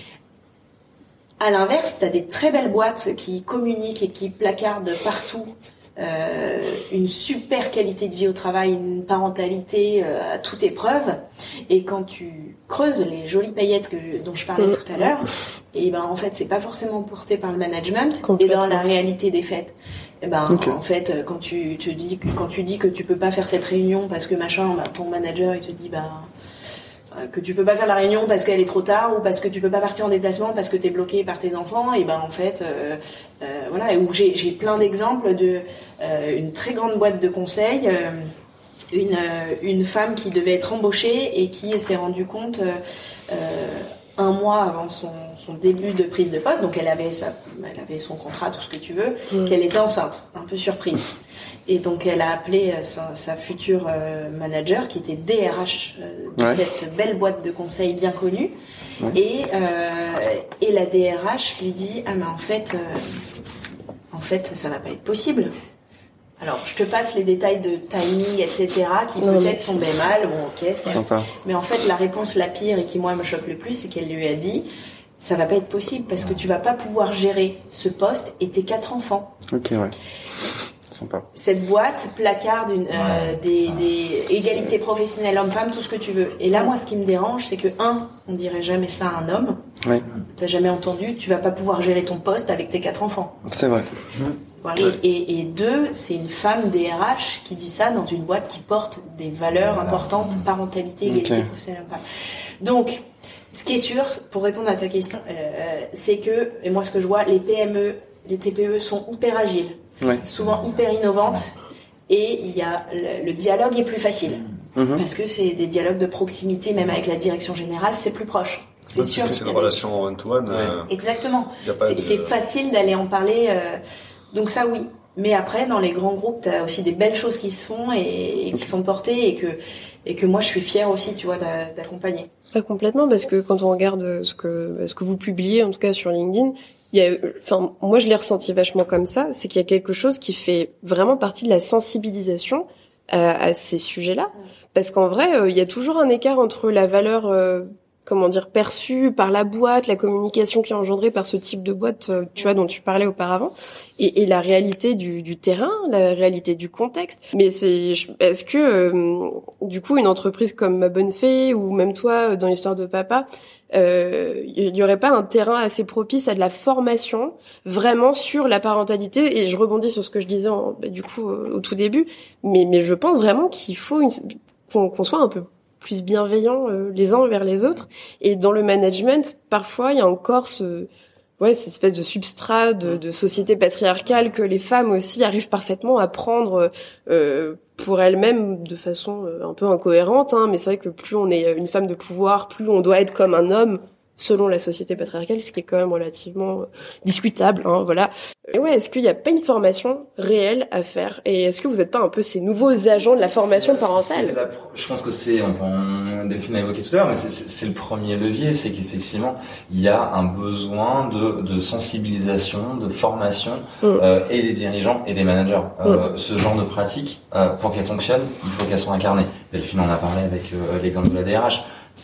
À l'inverse, tu as des très belles boîtes qui communiquent et qui placardent partout euh, une super qualité de vie au travail, une parentalité euh, à toute épreuve. Et quand tu creuses les jolies paillettes que, dont je parlais mmh. tout à l'heure, et ben en fait, c'est pas forcément porté par le management. Et dans la réalité des faits, et ben okay. en fait, quand tu te dis que, quand tu dis que tu peux pas faire cette réunion parce que machin, bah, ton manager il te dit bah que tu peux pas faire la réunion parce qu'elle est trop tard ou parce que tu peux pas partir en déplacement parce que t'es bloqué par tes enfants, et ben en fait euh, euh, voilà, et où j'ai j'ai plein d'exemples de euh, une très grande boîte de conseil, euh, une euh, une femme qui devait être embauchée et qui s'est rendue compte euh, euh, un mois avant son son début de prise de poste, donc elle avait sa elle avait son contrat, tout ce que tu veux, mmh. qu'elle était enceinte, un peu surprise. Et donc elle a appelé sa, sa future euh, manager qui était D R H euh, de ouais. cette belle boîte de conseil bien connue. Ouais. Et, euh, et la D R H lui dit ah mais en fait, euh, en fait ça va pas être possible. Alors je te passe les détails de timing et cetera qui non, peut-être tombaient mal. Bon ok c'est. Mais en fait la réponse la pire et qui moi me choque le plus, c'est qu'elle lui a dit ça va pas être possible parce que tu vas pas pouvoir gérer ce poste et tes quatre enfants. Ok ouais. Cette boîte placarde une, euh, ouais, des, des égalités professionnelles hommes-femmes, tout ce que tu veux. Et là, moi, ce qui me dérange, c'est que, un, on dirait jamais ça à un homme. Ouais. T'as jamais entendu, tu vas pas pouvoir gérer ton poste avec tes quatre enfants. C'est vrai. Voilà. Ouais. Et, et deux, c'est une femme D R H qui dit ça dans une boîte qui porte des valeurs voilà. importantes, parentalité, égalité okay. professionnelle hommes-femmes. Donc, ce qui est sûr, pour répondre à ta question, euh, c'est que, et moi, ce que je vois, les P M E, les T P E sont hyper agiles. Ouais. Souvent hyper innovantes, et il y a le, le dialogue est plus facile mmh. parce que c'est des dialogues de proximité, même avec la direction générale, c'est plus proche. C'est sûr. C'est une relation one-to-one. Ouais. Euh, Exactement. C'est, de... c'est facile d'aller en parler. Euh, donc ça, oui. Mais après, dans les grands groupes, t'as aussi des belles choses qui se font et, et qui sont portées et que et que moi je suis fière aussi, tu vois, d'accompagner. Pas complètement, parce que quand on regarde ce que ce que vous publiez, en tout cas sur LinkedIn. Il y a, enfin, moi je l'ai ressenti vachement comme ça, c'est qu'il y a quelque chose qui fait vraiment partie de la sensibilisation à, à ces sujets-là, parce qu'en vrai, euh, il y a toujours un écart entre la valeur, euh, comment dire, perçue par la boîte, la communication qui est engendrée par ce type de boîte, euh, tu vois, dont tu parlais auparavant, et, et la réalité du, du terrain, la réalité du contexte. Mais c'est, est-ce que, euh, du coup, une entreprise comme Ma Bonne Fée ou même toi, dans l'histoire de papa, euh, il y aurait pas un terrain assez propice à de la formation vraiment sur la parentalité? Et je rebondis sur ce que je disais en, bah, du coup euh, au tout début, mais mais je pense vraiment qu'il faut une, qu'on, qu'on soit un peu plus bienveillants euh, les uns envers les autres. Et dans le management, parfois il y a encore ce ouais cette espèce de substrat de, de société patriarcale que les femmes aussi arrivent parfaitement à prendre euh, pour elles-mêmes de façon un peu incohérente, hein, mais c'est vrai que plus on est une femme de pouvoir, plus on doit être comme un homme selon la société patriarcale, ce qui est quand même relativement discutable, hein, voilà. Et ouais, est-ce qu'il n'y a pas une formation réelle à faire? Et est-ce que vous n'êtes pas un peu ces nouveaux agents de la formation c'est, parentale? c'est la, Je pense que c'est, enfin, Delphine a évoqué tout à l'heure, mais c'est, c'est, c'est le premier levier, c'est qu'effectivement, il y a un besoin de, de sensibilisation, de formation, mmh. euh, et des dirigeants et des managers. Euh, mmh. Ce genre de pratique, euh, pour qu'elle fonctionne, il faut qu'elle soit incarnée. Delphine en a parlé avec euh, l'exemple de la D R H.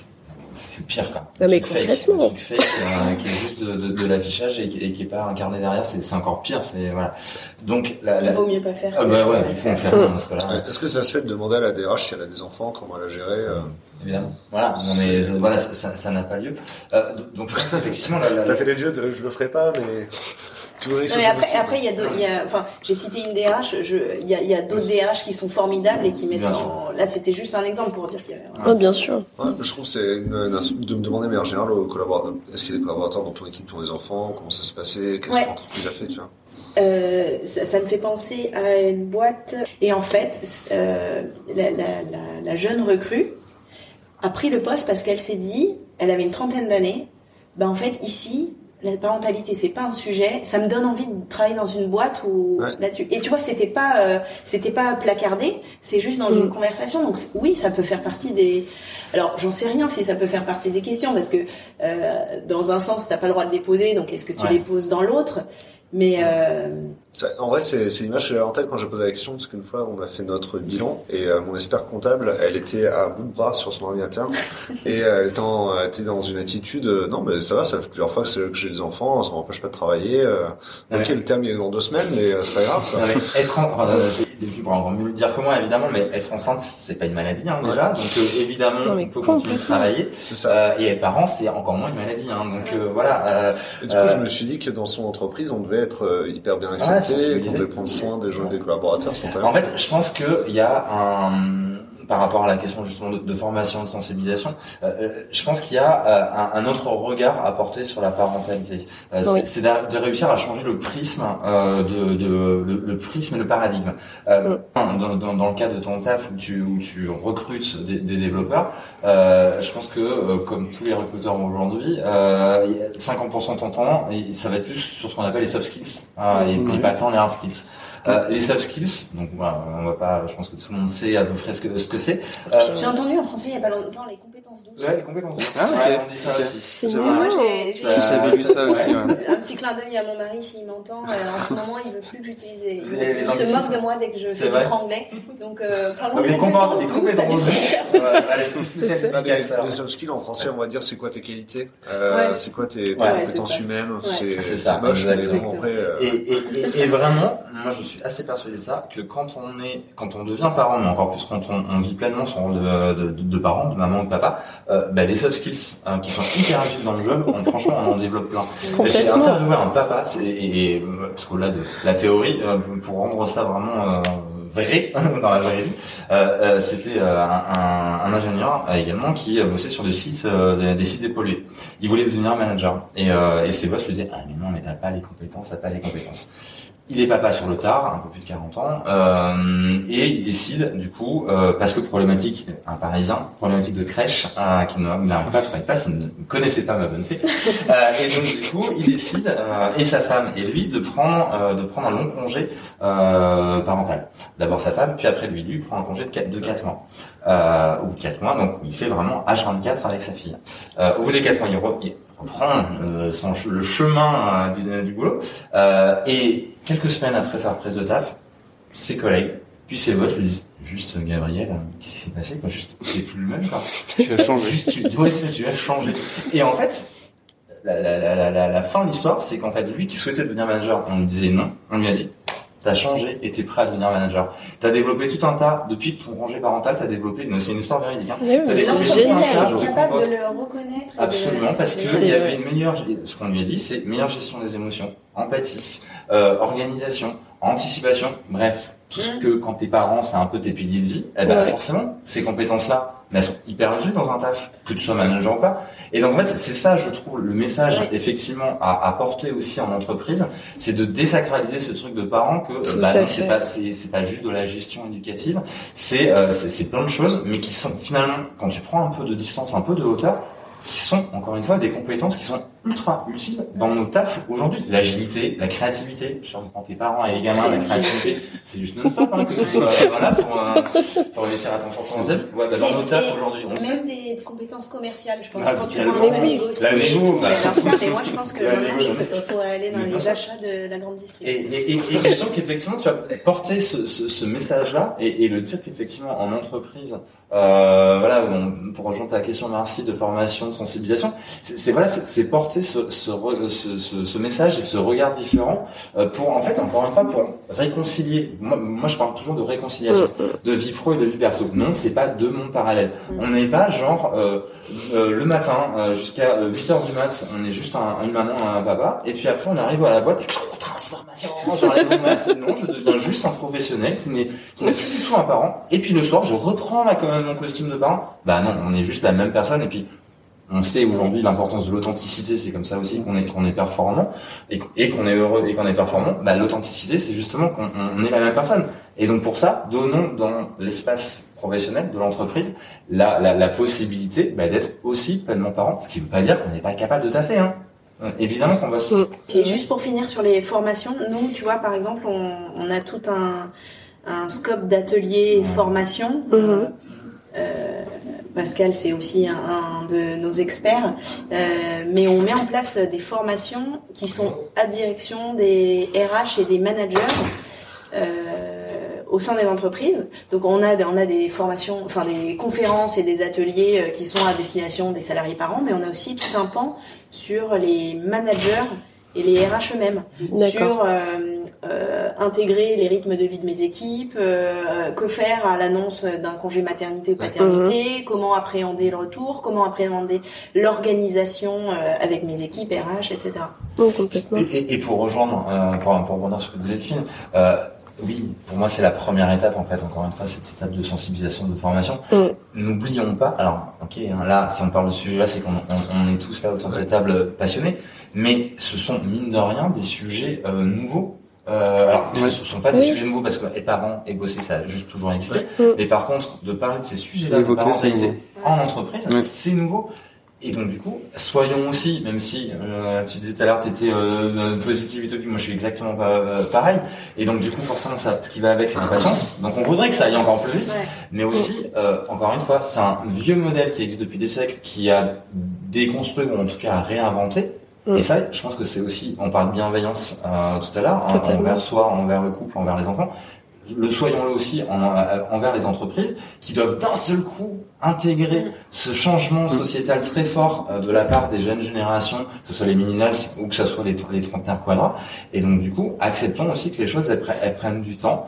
C'est le pire, quoi. Non, mais complètement. Un truc fake, euh, qui est juste de, de, de l'affichage et, et qui est pas incarné derrière, c'est, c'est encore pire, c'est, voilà. Donc, la, la... Il vaut mieux pas faire. Ah, bah ouais, du coup, on fait rien dans ce cas-là. Ouais. Est-ce que ça se fait de demander à la D R H si elle a des enfants, comment elle a géré, euh... Évidemment. Voilà. Non, mais, euh, voilà, ça, ça, ça n'a pas lieu. Euh, donc, je pense qu'effectivement, la, la... T'as fait les yeux de, je le ferai pas, mais... Non, mais après, après, il y a d'autres, il y a, enfin, j'ai cité une D R H, je, il y a, il y a d'autres D R H qui sont formidables et qui mettent en, là, c'était juste un exemple pour dire qu'il y avait, ah, bien sûr. Ouais, je trouve que c'est une, une, de me demander, mais en général, aux collaborateurs, est-ce qu'il y a des collaborateurs dans ton équipe qui ont des enfants, comment ça s'est passé, qu'est-ce ouais. que l'entreprise a fait, tu vois? Euh, ça, ça me fait penser à une boîte, et en fait, euh, la, la, la, la jeune recrue a pris le poste parce qu'elle s'est dit, elle avait une trentaine d'années, ben, en fait, ici, la parentalité c'est pas un sujet, ça me donne envie de travailler dans une boîte ou ouais. là-dessus. Et tu vois, c'était pas euh, c'était pas placardé, c'est juste dans mmh. une conversation. Donc oui, ça peut faire partie des. Alors j'en sais rien si ça peut faire partie des questions parce que euh, dans un sens t'as pas le droit de les poser, donc est-ce que tu ouais. les poses dans l'autre? Mais euh... ça, en vrai, c'est, c'est une image que j'avais en tête quand j'ai posé la question, parce qu'une fois, on a fait notre bilan et euh, mon expert comptable, elle était à bout de bras sur son ordinateur et euh, elle, était en, elle était dans une attitude euh, non, mais ça va, ça fait plusieurs fois que, c'est, que j'ai des enfants, ça m'empêche pas de travailler. Euh, ok, ouais. le terme il est dans deux semaines, mais euh, c'est pas grave. Quoi. Non, mais être en, enfin, c'est, pour encore mieux le dire que moi, évidemment, mais être enceinte, c'est pas une maladie hein, déjà, ouais. donc euh, évidemment, non, on peut continuer de travailler. C'est ça. Euh, et être parent, c'est encore moins une maladie, hein, donc euh, voilà. Euh, et du coup, euh, je me suis dit que dans son entreprise, on devait être hyper bien accepté, ouais, qu'on devait prendre soin des gens, des collaborateurs. En fait, je pense qu'il y a un, par rapport à la question justement de, de formation, de sensibilisation, euh, je pense qu'il y a euh, un, un autre regard à porter sur la parentalité. Euh, oui. C'est, c'est de, de réussir à changer le prisme, euh, de, de le, le prisme et le paradigme. Euh, oui. dans, dans, dans le cas de ton taf où tu, où tu recrutes des, des développeurs, euh, je pense que euh, comme tous les recruteurs aujourd'hui, euh, cinquante pour cent de ton temps, ça va être plus sur ce qu'on appelle les soft skills euh, et, oui. et pas tant les hard skills. Euh, les soft skills, donc voilà, on va pas, je pense que tout le monde sait à peu près ce que, ce que c'est. Euh, J'ai entendu en français il y a pas longtemps les compétences douces. Ouais, les compétences douces. Ah, ok. Ouais, on dit ça okay. aussi. C'est c'est moi, j'ai, j'ai, j'ai, j'avais lu ça aussi. Ouais. Un petit clin d'œil à mon mari s'il m'entend. Euh, en ce moment, il veut plus que j'utilise. Il, il, il se moque de moi dès que je fais du franglais. Donc, euh, parlons de compétences douces. Les compétences douces. Les soft skills en français, on va dire, c'est quoi tes qualités, euh, c'est quoi tes, tes ouais, compétences humaines, ouais. c'est, c'est, c'est moche, mais vraiment après. Euh... Et, et, et, et vraiment, moi, je suis assez persuadé de ça, que quand on est, quand on devient parent, mais encore plus quand on, on vit pleinement son rôle de, de, de, de parent, de maman ou de papa, euh, bah, les soft skills euh, qui sont hyper utiles dans le job, on, franchement, on en développe plein. J'ai interviewé un papa, c'est, et, et, parce qu'au-delà de la théorie, euh, pour rendre ça vraiment euh, vrai dans la vraie vie, euh, euh, c'était euh, un, un ingénieur euh, également qui bossait sur des sites, euh, des, des sites dépollués. Il voulait devenir manager et, euh, et ses boss lui disaient ah mais non mais t'as pas les compétences, t'as pas les compétences. Il est papa sur le tard, un peu plus de quarante ans, euh, et il décide, du coup, euh, parce que problématique, un Parisien, problématique de crèche, euh, qui n'arrive pas à trouver de place, il ne connaissait pas ma bonne fée. Euh, et donc, du coup, il décide, euh, et sa femme et lui, de prendre, euh, de prendre un long congé, euh, parental. D'abord sa femme, puis après lui, lui prend un congé de quatre, de quatre mois. Euh, ou quatre mois, donc il fait vraiment H vingt-quatre avec sa fille. Euh, au bout des quatre mois, il, re, il reprend euh, son, le chemin euh, du, du boulot, euh, et quelques semaines après sa reprise de taf, ses collègues, puis ses boss lui disent juste Gabriel, qu'est-ce qui s'est passé quoi, juste c'est plus le même quoi. Tu as changé. Juste, tu, ouais, c'est, tu as changé. Et en fait, la, la, la, la, la fin de l'histoire, c'est qu'en fait lui qui souhaitait devenir manager, on lui disait non, on lui a dit t'as changé et t'es prêt à devenir manager. T'as développé tout un tas, depuis ton congé parental, t'as développé, c'est une histoire véridique, hein. Oui, t'as développé tout un tas de capable de le reconnaître. Absolument, de... parce qu'il y avait une meilleure, ce qu'on lui a dit, c'est meilleure gestion des émotions, empathie, euh, organisation, anticipation, bref, tout ce que quand t'es parent, c'est un peu tes piliers de vie, eh ben, ouais. forcément, ces compétences-là, mais elles sont hyper utiles dans un taf, que tu sois manager ou pas. Et donc, en fait, c'est ça, je trouve, le message, ouais. effectivement, à, à porter aussi en entreprise, c'est de désacraliser ce truc de parent que, bah, non, c'est pas, c'est, c'est pas juste de la gestion éducative, c'est, euh, c'est, c'est plein de choses, mais qui sont finalement, quand tu prends un peu de distance, un peu de hauteur, qui sont, encore une fois, des compétences qui sont ultra utiles dans nos tafs aujourd'hui. L'agilité, la créativité, sur quand tes parents et les gamins, la créativité, c'est juste non-stop, hein, que tu sois voilà, pour, euh, pour réussir à t'en sortir dans ta vie. Ouais, bah, dans nos tafs aujourd'hui, on même sait. Même des compétences commerciales, je pense, ah, quand tu vois un peu négocier. La négo, bah, et moi, je pense que maintenant, je pourrais aller dans les achats de la grande distribution. Et, et, et, et je trouve qu'effectivement, tu vas porter ce, ce, ce message-là et, et le dire qu'effectivement, en entreprise, euh, voilà, bon, pour rejoindre ta question, merci, de formation, de sensibilisation, c'est, c'est voilà, c'est, c'est porter ce, ce, ce, ce, ce message et ce regard différent euh, pour, en fait, encore une fois, pour réconcilier. Moi, moi, je parle toujours de réconciliation, de vie pro et de vie perso. Non, c'est pas deux mondes parallèles. On n'est pas genre euh, euh, le matin euh, jusqu'à huit heures du mat, on est juste un, une maman, un papa, et puis après on arrive à la boîte et transformation. J'enlève mon masque, non, je deviens juste un professionnel qui n'est qui n'est plus du tout un parent. Et puis le soir, je reprends ma, quand même mon costume de parent. Bah non, on est juste la même personne et puis. On sait aujourd'hui l'importance de l'authenticité, c'est comme ça aussi qu'on est qu'on est performant et, et qu'on est heureux et qu'on est performant. Bah l'authenticité, c'est justement qu'on on est la même personne. Et donc pour ça, donnons dans l'espace professionnel de l'entreprise la la, la possibilité bah, d'être aussi pleinement parent. Ce qui veut pas dire qu'on n'est pas capable de taffer, hein. Évidemment qu'on va se... C'est juste pour finir sur les formations. Nous, tu vois, par exemple, on, on a tout un, un scope d'ateliers et mmh. formations. Mmh. Euh, euh, Pascal, c'est aussi un, un de nos experts. Euh, mais on met en place des formations qui sont à direction des R H et des managers euh, au sein des entreprises. Donc on a, on a des formations, enfin des conférences et des ateliers qui sont à destination des salariés par an, mais on a aussi tout un pan sur les managers et les R H eux-mêmes. D'accord. Sur euh, euh, intégrer les rythmes de vie de mes équipes, euh, que faire à l'annonce d'un congé maternité ou paternité, mmh. comment appréhender le retour, comment appréhender l'organisation euh, avec mes équipes R H, et cetera. Oh, complètement. Et, et, et pour rejoindre, euh, pour, pour rebondir sur ce que disait Delphine, euh, oui, pour moi c'est la première étape en fait, encore une fois, cette étape de sensibilisation, de formation. Mm. N'oublions pas, alors ok, hein, là, si on parle de ce sujet-là, c'est qu'on on, on est tous là autour de cette table passionnés, mais ce sont mine de rien des sujets euh, nouveaux. Euh, alors, ouais. ce ne sont pas des oui. sujets nouveaux parce que être parent et bosser, ça a juste toujours existé. Mm. Mais par contre, de parler de ces sujets-là, de parentalité en entreprise, ouais. c'est nouveau. Et donc du coup, soyons aussi, même si euh, tu disais tout à l'heure, tu étais euh, positive utopique, moi je suis exactement pas, euh, pareil. Et donc du coup, forcément, ça, ce qui va avec, c'est l'impatience. Donc on voudrait que ça aille encore plus vite, ouais. mais aussi, euh, encore une fois, c'est un vieux modèle qui existe depuis des siècles, qui a déconstruit ou en tout cas a réinventé. Mm. Et ça, je pense que c'est aussi, on parle de bienveillance euh, tout à l'heure, hein, envers soi, envers le couple, envers les enfants. Le soyons-le aussi en, envers les entreprises qui doivent d'un seul coup intégrer mmh. ce changement sociétal très fort euh, de la part des jeunes générations, que ce soit les millennials ou que ce soit les, les trentenaires quadras. Et donc du coup, acceptons aussi que les choses elles, elles prennent du temps.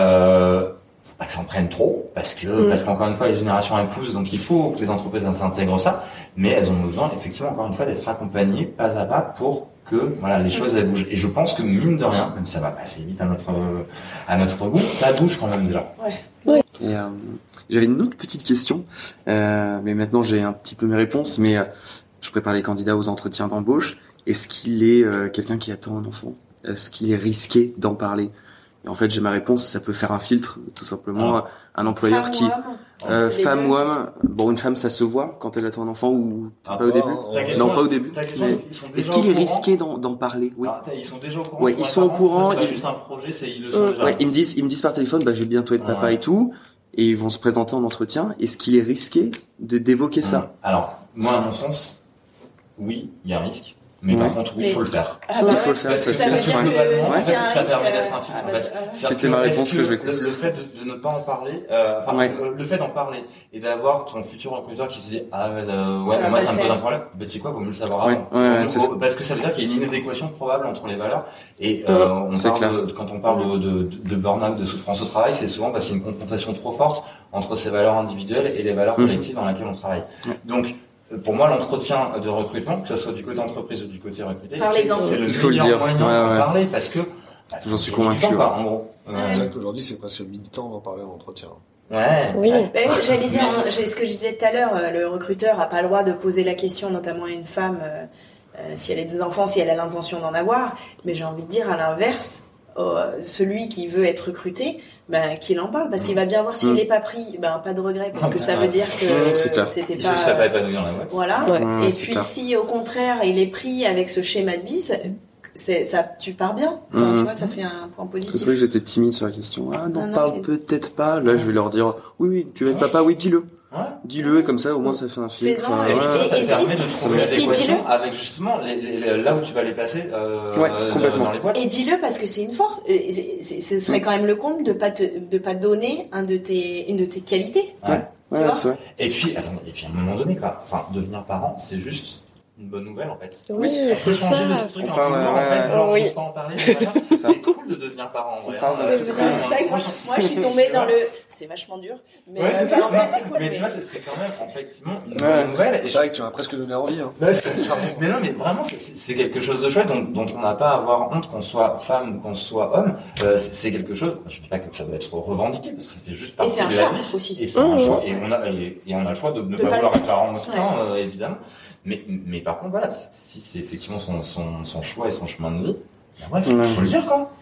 Euh, faut pas que ça en prenne trop, parce que mmh. parce qu'encore une fois les générations elles poussent, donc il faut que les entreprises elles s'intègrent ça, mais elles ont besoin effectivement encore une fois d'être accompagnées pas à pas pour que voilà les choses elles bougent. Et je pense que mine de rien, même si ça va passer vite à notre à notre goût, ça bouge quand même déjà. Ouais. Ouais. Et euh, j'avais une autre petite question, euh, mais maintenant j'ai un petit peu mes réponses. Mais euh, je prépare les candidats aux entretiens d'embauche. Est-ce qu'il est euh, quelqu'un qui attend un enfant? Est-ce qu'il est risqué d'en parler? Et en fait, j'ai ma réponse. Ça peut faire un filtre, tout simplement. Ah. Un employeur femme qui ou euh, femme ou homme. Bon, une femme, ça se voit quand elle attend un enfant ou ah, pas, pas au début. Question, non, pas au début. Est-ce qu'il est risqué d'en, d'en parler? Oui. Ah, ils sont déjà au courant. Ouais, ils sont au courant. C'est pas juste un projet, c'est ils le sont euh, déjà. Ouais, ils me disent, ils me disent par téléphone, bah, je vais bientôt être papa ouais. et tout, et ils vont se présenter en entretien. Est-ce qu'il est risqué de d'évoquer ça? Mmh. Alors, moi, à mon sens, oui, il y a un risque. Mais ouais. par contre, oui, il faut le faire. Ah bah il faut ouais, le faire, parce ça, que ça veut dire que globalement, si ça, ça, ça permet d'être un filtre. Ah en bah, fait. C'était ma réponse que, que je vais le, le fait de, de ne pas en parler, euh, enfin, ouais. le, le fait d'en parler et d'avoir ton futur recruteur qui te dit ah ouais, euh, ouais mais moi ça me pose un problème. Ben tu sais quoi, vaut mieux le savoir ouais. avant. Ouais, ouais, au, parce que ça veut dire qu'il y a une inadéquation probable entre les valeurs et euh, on parle de, quand on parle de, de, de burn-out, de souffrance au travail, c'est souvent parce qu'il y a une confrontation trop forte entre ces valeurs individuelles et les valeurs collectives dans lesquelles on travaille. Donc pour moi, l'entretien de recrutement, que ce soit du côté entreprise ou du côté recruté, c'est, c'est le Il faut meilleur le dire. moyen ouais, ouais. d'en parler parce que parce j'en suis convaincu. Temps, quoi, en gros. Euh... C'est vrai qu'aujourd'hui, c'est presque militant d'en parler en entretien. Ouais. Oui. Bah oui, j'allais dire, mais... ce que je disais tout à l'heure, le recruteur a pas le droit de poser la question, notamment à une femme, euh, euh, si elle a des enfants, si elle a l'intention d'en avoir. Mais j'ai envie de dire à l'inverse, euh, celui qui veut être recruté, ben qu'il en parle parce qu'il va bien voir s'il n'est mmh. pas pris, ben pas de regret parce que ça veut dire que c'était il pas. Il se serait pas épanoui dans la boîte. Voilà. Ouais. Et puis clair. Si au contraire il est pris avec ce schéma de vie, c'est ça, tu pars bien. Enfin, mmh. Tu vois, ça fait un point positif. C'est vrai que j'étais timide sur la question. Ah non, non parle non, peut-être pas. Là, je vais leur dire oui, oui, tu veux être papa, oui, dis-le. Ouais. Dis-le, comme ça, au moins, ça fait un filtre. Et, ouais. et, et ça et permet de trouver l'adéquation avec justement les, les, là où tu vas les placer euh, ouais, complètement. Dans les boîtes. Et dis-le parce que c'est une force. C'est, c'est, ce serait quand même le comble de pas te, de pas donner un de tes, une de tes qualités. Ouais. Tu ouais, vois c'est vrai. Et puis, attends, et puis à un moment donné, quoi. Enfin, devenir parent, c'est juste une bonne nouvelle en fait. Oui, on peut changer ça. De ce truc on en parle, moment, euh, en fait. Alors, oui. Je peux pas en parler. C'est, c'est cool de devenir parent en vrai. C'est c'est vrai. C'est vrai que moi, moi, je suis tombée dans le. C'est vachement dur. Mais ouais, euh, c'est en fait, c'est cool. Mais, mais tu vois, c'est, c'est quand même effectivement une ouais. bonne nouvelle. C'est vrai que tu m'as presque donné envie. Hein. Mais non, mais vraiment, c'est, c'est quelque chose de chouette dont, dont on n'a pas à avoir honte, qu'on soit femme ou qu'on soit homme. Euh, c'est, c'est quelque chose. Je dis pas que ça doit être revendiqué parce que ça fait juste partie de la vie. Aussi. Et c'est un choix. Et on a et on a le choix de ne pas vouloir être parent aussi, évidemment. Mais, mais par contre, voilà, si c'est effectivement son, son, son choix et son chemin de vie, ben ouais, faut, ouais. faut le dire, quoi.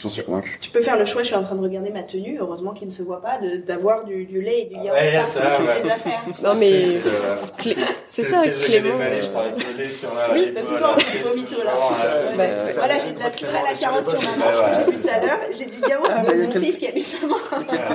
J'en suis convaincu. Tu peux faire le choix, je suis en train de regarder ma tenue, heureusement qu'il ne se voit pas, de, d'avoir du, du lait et du yaourt ouais, partout ça, sur ouais. tes affaires. Non mais C'est, c'est, Clé... c'est, c'est ça, ce que Clément. Mané, je crois, avec le lait sur la. Oui, t'as toujours un petit vomito là. Ouais, Ouais, ouais, ouais. voilà, j'ai de la purée à la carotte sur ma manche, Ouais, que j'ai ouais, vu tout à l'heure. J'ai du yaourt Ah, de il y a mon quel- fils qui a mis sa main.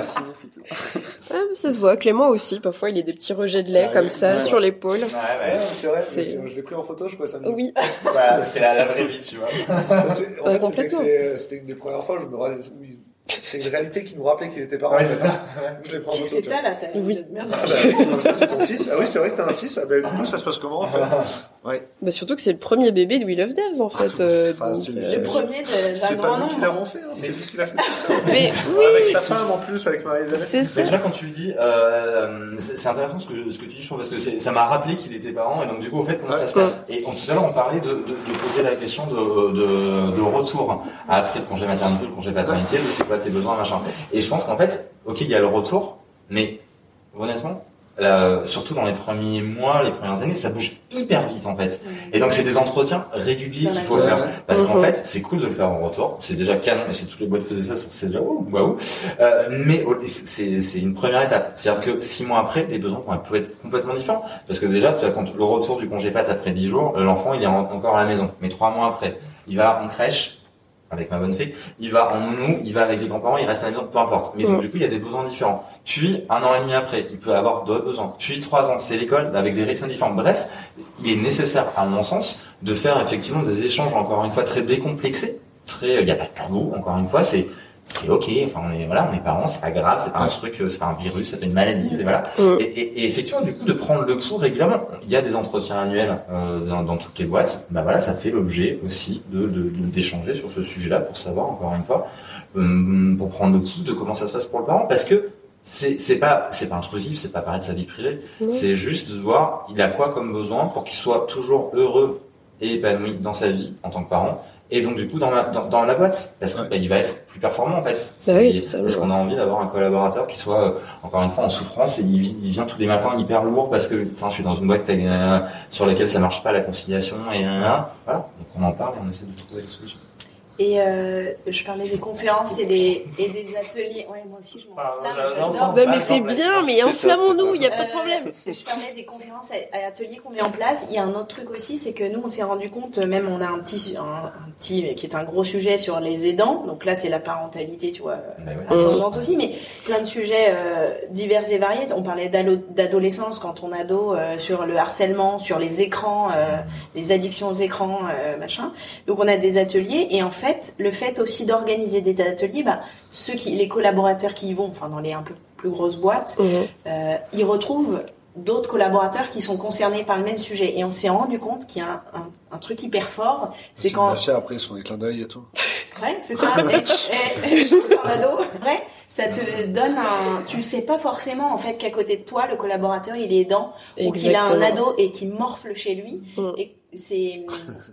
Ah, mais ça se voit. Clément aussi, parfois il y a des petits rejets de lait Ça comme arrive, ça ouais. sur l'épaule. Ouais, ouais. Ouais, c'est vrai, C'est- c'est- je l'ai pris en photo, je crois ça. Oui. Voilà, c'est la, la vraie vie, tu vois. C'est- en Ouais, fait, c'était, que complètement. c'est- c'était une des premières fois où je me rappelais, oui, c'était une réalité qui nous rappelait qu'il était parent. Ouais, en c'est fait, ça. hein. Je l'ai pris en Qu'est-ce photo. que tu vois. t'as là? T'as Oui. de merde. Ah bah, ça c'est ton fils. Ah oui, c'est vrai que t'as un fils. Ah bah, du coup, ça se passe comment en fait? Ouais. Bah surtout que c'est le premier bébé de We Love Devs en fait. euh, Enfin, donc, c'est- euh, c'est Le premier de- d'un C'est grand pas nous qui nombre. l'avons fait, hein. C'est lui qui l'a fait tout ça. Mais Ouais, avec sa femme en plus, avec Marie-Isabelle. c'est ça. Mais tu vois, quand tu le dis, euh, c'est, c'est intéressant ce que, ce que tu dis, je trouve, parce que c'est, ça m'a rappelé qu'il était parent, et donc du coup, au fait, comment Ouais. ça se passe. Et en, tout à l'heure, on parlait de, de, de poser la question de, de, de retour après le congé maternité, le congé paternité, de c'est quoi tes besoins, machin. Et je pense qu'en fait, ok, il y a le retour, mais honnêtement, là, surtout dans les premiers mois, les premières années, ça bouge hyper vite en fait. Et donc c'est des entretiens réguliers qu'il faut Ouais. faire. Parce qu'en Mhm. fait, c'est cool de le faire en retour. C'est déjà canon. Et si toutes les boîtes faisaient ça, c'est déjà waouh, waouh. Euh, mais au- c'est, c'est une première étape. C'est-à-dire que six mois après, les besoins peuvent être complètement différents. Parce que déjà, tu as quand le retour du congé pat après dix jours, l'enfant il est en- encore à la maison. Mais trois mois après, il va en crèche. Avec ma bonne fée, il va en nounou, il va avec les grands-parents, il reste à la maison, peu importe. Mais donc, Ouais. du coup, il y a des besoins différents. Puis, un an et demi après, il peut avoir d'autres besoins. Puis, trois ans, c'est l'école, avec des rythmes différents. Bref, il est nécessaire, à mon sens, de faire effectivement des échanges, encore une fois, très décomplexés. Très, il n'y a pas de tabou, encore une fois, c'est, c'est ok. Enfin, on est, voilà, on est parents, c'est pas grave, c'est pas un truc, c'est pas un virus, c'est pas une maladie, c'est voilà. Mm. Et, et, et effectivement, du coup, de prendre le pouls régulièrement. Il y a des entretiens annuels euh, dans, dans toutes les boîtes. Bah voilà, ça fait l'objet aussi de, de, de d'échanger sur ce sujet-là pour savoir encore une fois, euh, pour prendre le pouls de comment ça se passe pour le parent, parce que c'est c'est pas c'est pas intrusif, c'est pas parler de sa vie privée. Non. C'est juste de voir il a quoi comme besoin pour qu'il soit toujours heureux et épanoui dans sa vie en tant que parent. Et donc du coup dans la dans, dans la boîte, parce que Ouais. bah, il va être plus performant en fait. Bah oui, C'est- totalement. parce qu'on a envie d'avoir un collaborateur qui soit euh, encore une fois en souffrance et il, vit- il vient tous les matins hyper lourd parce que putain, je suis dans une boîte euh, sur laquelle ça marche pas la conciliation et euh, voilà. Donc on en parle et on essaie de trouver des solutions. Et euh, je parlais des conférences et des, et des ateliers. Ouais, moi aussi, je m'en Ah, flamme, j'adore j'adore. ça. Non, mais c'est bien, mais C'est top, enflammons-nous, c'est il n'y a Euh, pas de problème. Je parlais des conférences et et ateliers qu'on met en place. Il y a un autre truc aussi, c'est que nous, on s'est rendu compte, même on a un petit, un, un petit, mais qui est un gros sujet sur les aidants. Donc là, c'est la parentalité, tu vois, Mais ouais. ascendante aussi, mais plein de sujets euh, divers et variés. On parlait d'alo- d'adolescence quand on ado, euh, sur le harcèlement, sur les écrans, euh, les addictions aux écrans, euh, machin. Donc on a des ateliers et en fait, le fait aussi d'organiser des ateliers, bah, ceux qui, les collaborateurs qui y vont, enfin dans les un peu plus grosses boîtes, Mhm. euh, ils retrouvent d'autres collaborateurs qui sont concernés par le même sujet. Et on s'est rendu compte qu'il y a un, un, un truc hyper fort, c'est C'est quand... la fière, après, ils se font des clins d'œil et tout. Ouais, c'est ça. Et, et, et, en ado, vrai, ça te donne un... Tu sais pas forcément, en fait, qu'à côté de toi, le collaborateur, il est aidant, ou qu'il a un Exactement. ado et qui morfle chez lui. Mm. Et c'est...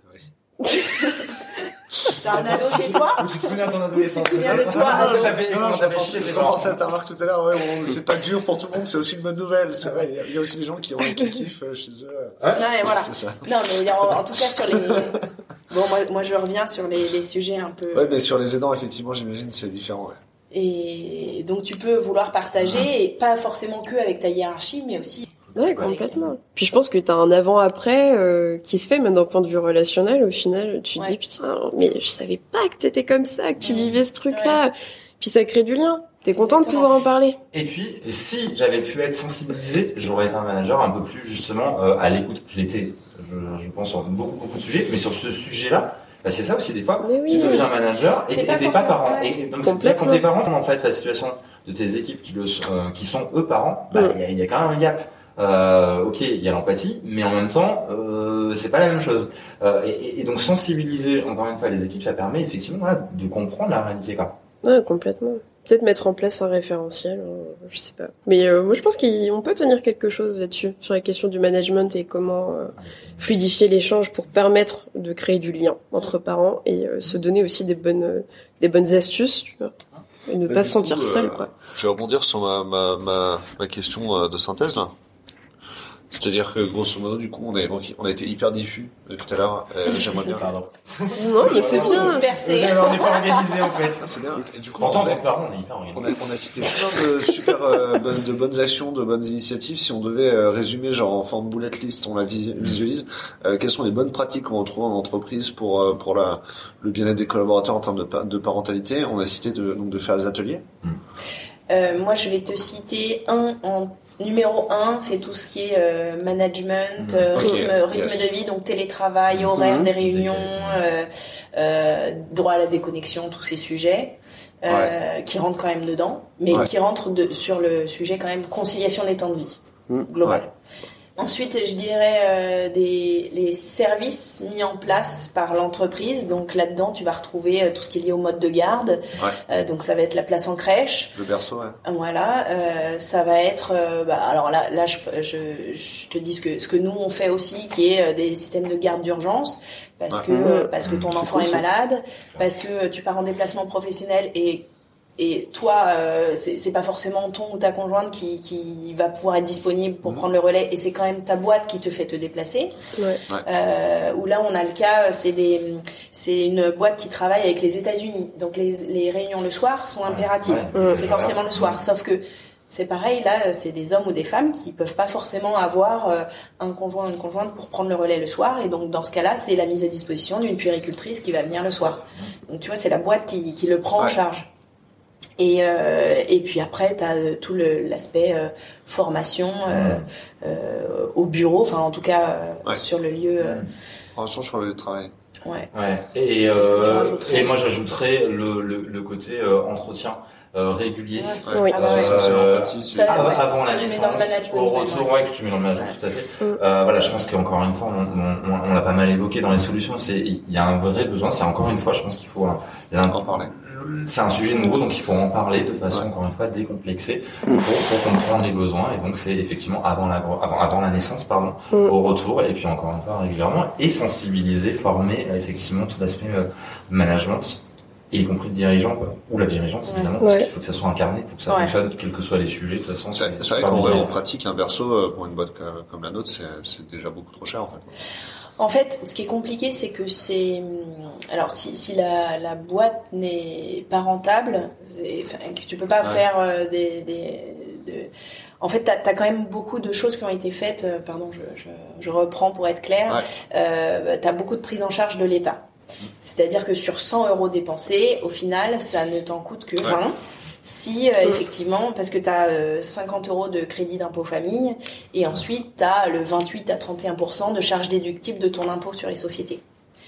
C'est un ado chez toi. Tu te souviens de ton adolescence? Tu te souviens de toi, Ah, ado. j'avais- Non, j'avais je chié pensais, des je parents. pensais à ta remarque tout à l'heure, ouais, bon, c'est pas dur pour tout le monde, c'est aussi une bonne nouvelle, c'est vrai, il y a- il y, a aussi des gens qui ont qui kiffent euh, chez eux. Non, mais voilà. C'est ça. Non, mais en, en tout cas, sur les... Bon, moi, moi je reviens sur les, les sujets un peu... Ouais, mais sur les aidants, effectivement, j'imagine, c'est différent, ouais. Et donc, tu peux vouloir partager, et pas forcément que avec ta hiérarchie, mais aussi... Ouais, complètement. Puis je pense que t'as un avant-après euh, qui se fait, même d'un point de vue relationnel. Au final, tu te Ouais. dis, putain, mais je savais pas que t'étais comme ça, que tu Ouais. vivais ce truc-là. Puis ça crée du lien. T'es content de Exactement. pouvoir en parler. Et puis, si j'avais pu être sensibilisé, j'aurais été un manager un peu plus justement euh, à l'écoute. Je l'étais, je, je pense, sur beaucoup, beaucoup de sujets, mais sur ce sujet-là, parce que c'est ça aussi des fois, Mais oui. tu deviens manager et C'est t'es pas t'es pas forcément- parent. ouais. Et donc, c'est Complètement. quand t'es parent, en fait, la situation de tes équipes qui, le, euh, qui sont eux parents, bah, il Mm. y, a, il y a quand même un gap. Euh, ok, il y a l'empathie, mais en même temps, euh, c'est pas la même chose. Euh, et, et donc sensibiliser encore une fois les équipes, ça permet effectivement voilà, de comprendre la réalité, quoi. Ouais, complètement. Peut-être mettre en place un référentiel, euh, je sais pas. Mais euh, moi, je pense qu'on peut tenir quelque chose là-dessus, sur la question du management et comment euh, fluidifier l'échange pour permettre de créer du lien entre parents et euh, se donner aussi des bonnes, euh, des bonnes astuces, tu vois. Et ne Bah, pas du se sentir coup, seul, euh, quoi. Je vais rebondir sur ma, ma, ma, ma question euh, de synthèse, là. C'est-à-dire que grosso modo, du coup, on a évoqué, on a été hyper diffus euh, tout à l'heure. Euh, j'aimerais bien. Pardon. Non, mais c'est bien. Dispersé. On n'est pas organisé en fait. C'est bien. Et du coup, Pourtant, on a, on est hyper organisé. on a, on a cité plein de super, euh, bonnes- de bonnes actions, de bonnes initiatives. Si on devait euh, résumer, genre en forme bullet list, on la vis- visualise. Euh, quelles sont les bonnes pratiques qu'on retrouve en entreprise pour euh, pour la le bien-être des collaborateurs en termes de, pa- de parentalité? On a cité de, donc de faire des ateliers. Euh, moi, je vais te citer un en numéro un, c'est tout ce qui est euh, management, euh, Ok, rythme, rythme yes. de vie, donc télétravail, horaire Mhm. des réunions, euh, euh, droit à la déconnexion, tous ces sujets euh, qui rentrent quand même dedans, mais Ouais. qui rentrent de, sur le sujet quand même conciliation des temps de vie Mhm. global. Ouais. Ensuite, je dirais euh, des les services mis en place par l'entreprise. Donc là-dedans, tu vas retrouver euh, tout ce qui est lié au mode de garde. Ouais. Euh, donc ça va être la place en crèche. Le berceau, ouais. Voilà, euh, ça va être. Euh, bah, alors là, là, je, je, je te dis ce que ce que nous on fait aussi, qui est euh, des systèmes de garde d'urgence, parce Ouais. que euh, parce que ton C'est enfant cool, est ça. malade, parce que tu pars en déplacement professionnel et et toi, euh, c'est, c'est pas forcément ton ou ta conjointe qui, qui va pouvoir être disponible pour Mhm. prendre le relais, et c'est quand même ta boîte qui te fait te déplacer. Ouais. Euh, où là, on a le cas, c'est des, c'est une boîte qui travaille avec les États-Unis. Donc les, les réunions le soir sont impératives. Ouais. Ouais. C'est forcément le soir. Sauf que c'est pareil, là, c'est des hommes ou des femmes qui peuvent pas forcément avoir euh, un conjoint ou une conjointe pour prendre le relais le soir. Et donc, dans ce cas-là, c'est la mise à disposition d'une puéricultrice qui va venir le soir. Donc, tu vois, c'est la boîte qui, qui le prend en Ouais. charge. Et, euh, et puis après, tu as tout le, l'aspect euh, formation euh, euh, au bureau, enfin en tout cas euh, Ouais. sur le lieu. Euh, Formation sur le lieu de travail. ouais. Ouais. Et, Qu'est-ce que tu euh, rajouterais et moi j'ajouterais le, le, le côté euh, entretien euh, régulier. Ouais. Oui. Ah bah ouais. C'est- c'est Euh, l'empathie, c'est- ça- Avant, ouais. avant la Je mets naissance, dans le management, au ouais, retour, ouais. ouais, que tu mets dans le management, Ouais. tout à fait. Mm. Euh, voilà, je pense qu'encore une fois, on, on, on, on l'a pas mal évoqué dans les solutions, c'est il y a un vrai besoin. C'est encore une fois, je pense qu'il faut, un- il y a un- En parler. c'est un sujet nouveau, donc il faut en parler de façon, Ouais. encore une fois, décomplexée pour, pour comprendre les besoins. Et donc c'est effectivement avant la, avant, avant la naissance, pardon, Mm. au retour, et puis encore une fois régulièrement, et sensibiliser, former euh, effectivement tout l'aspect euh, management, y compris le dirigeant, quoi, ou la dirigeante Ouais. évidemment, parce Ouais. qu'il faut que ça soit incarné pour que ça Ouais. fonctionne, quels que soient les sujets. De toute façon, C'est c'est vrai pas qu'en vrai, bien. en pratique, un berceau euh, pour une boîte comme, comme la nôtre, c'est c'est déjà beaucoup trop cher en fait. En fait, ce qui est compliqué, c'est que c'est alors si si la la boîte n'est pas rentable, c'est, enfin, que tu peux pas Ouais. faire euh, des des de... En fait, t'as as quand même beaucoup de choses qui ont été faites. euh, pardon, je, je je reprends pour être clair. Ouais. Euh, t'as beaucoup de prise en charge de l'État. C'est-à-dire que sur cent euros dépensés, au final, ça ne t'en coûte que vingt. Si, euh, effectivement, parce que tu as euh, cinquante euros de crédit d'impôt famille, et ensuite tu as le vingt-huit à trente et un pour cent de charges déductibles de ton impôt sur les sociétés.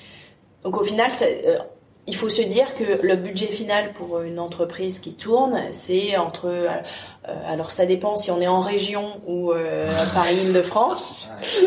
Donc au final, ça, euh, il faut se dire que le budget final pour une entreprise qui tourne, c'est entre... Euh, alors ça dépend si on est en région ou euh, à Paris-Île-de-France.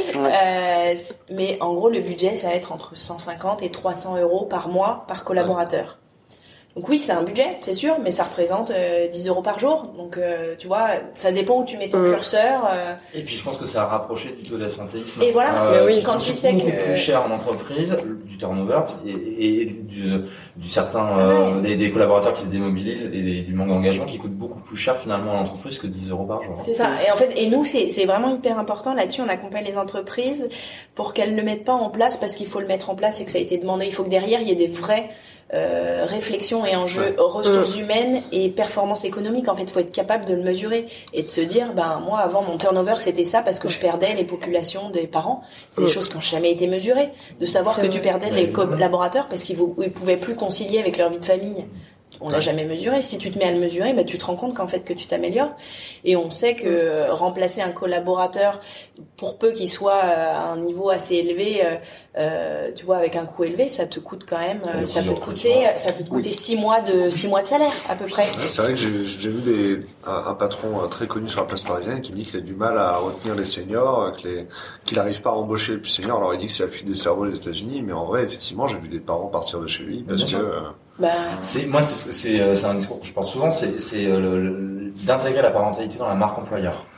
Euh, mais en gros, le budget, ça va être entre cent cinquante et trois cents euros par mois par collaborateur. Donc oui, c'est un budget, c'est sûr, mais ça représente euh, dix euros par jour. Donc euh, tu vois, ça dépend où tu mets ton Mmh. curseur. Euh, Et puis je pense que ça a rapproché du taux d'absentéisme. Et voilà. Mais oui. qui Quand coûte tu sais beaucoup que- plus cher en entreprise, du turnover et, et du, du certain Ah euh, ouais. des, des collaborateurs qui se démobilisent et des, du manque d'engagement qui coûte beaucoup plus cher finalement à l'entreprise que dix euros par jour. C'est ça. Et en fait, et nous, c'est c'est vraiment hyper important là-dessus. On accompagne les entreprises pour qu'elles ne le mettent pas en place parce qu'il faut le mettre en place et que ça a été demandé. Il faut que derrière il y ait des vraies euh, réflexions et enjeux Ouais. ressources humaines et performance économique. En fait, il faut être capable de le mesurer et de se dire, ben moi avant mon turnover c'était ça parce que je perdais les populations des parents. C'est des Ouais. choses qui n'ont jamais été mesurées. De savoir C'est que vrai. tu perdais Ouais. les collaborateurs parce qu'ils ne pouvaient plus concilier avec leur vie de famille. On l'a Ouais. jamais mesuré. Si tu te mets à le mesurer, bah, tu te rends compte qu'en fait que tu t'améliores. Et on sait que euh, remplacer un collaborateur, pour peu qu'il soit euh, à un niveau assez élevé, euh, euh, tu vois, avec un coût élevé, ça te coûte quand même, euh, Le ça coût peut du te coûter, recrutement. ça peut te coûter six mois de six mois de salaire à peu près. Ouais, c'est vrai que j'ai j'ai vu des, un, un patron euh, très connu sur la place parisienne qui me dit qu'il a du mal à retenir les seniors, euh, que les- qu'il n'arrive pas à embaucher les plus seniors. Alors il dit que c'est la fuite des cerveaux des États-Unis, mais en vrai, effectivement, j'ai vu des parents partir de chez lui parce Bien que sûr. euh, Bah, C'est moi c'est c'est euh, c'est un discours que je porte souvent, c'est c'est euh, le- le- d'intégrer la parentalité dans la marque employeur.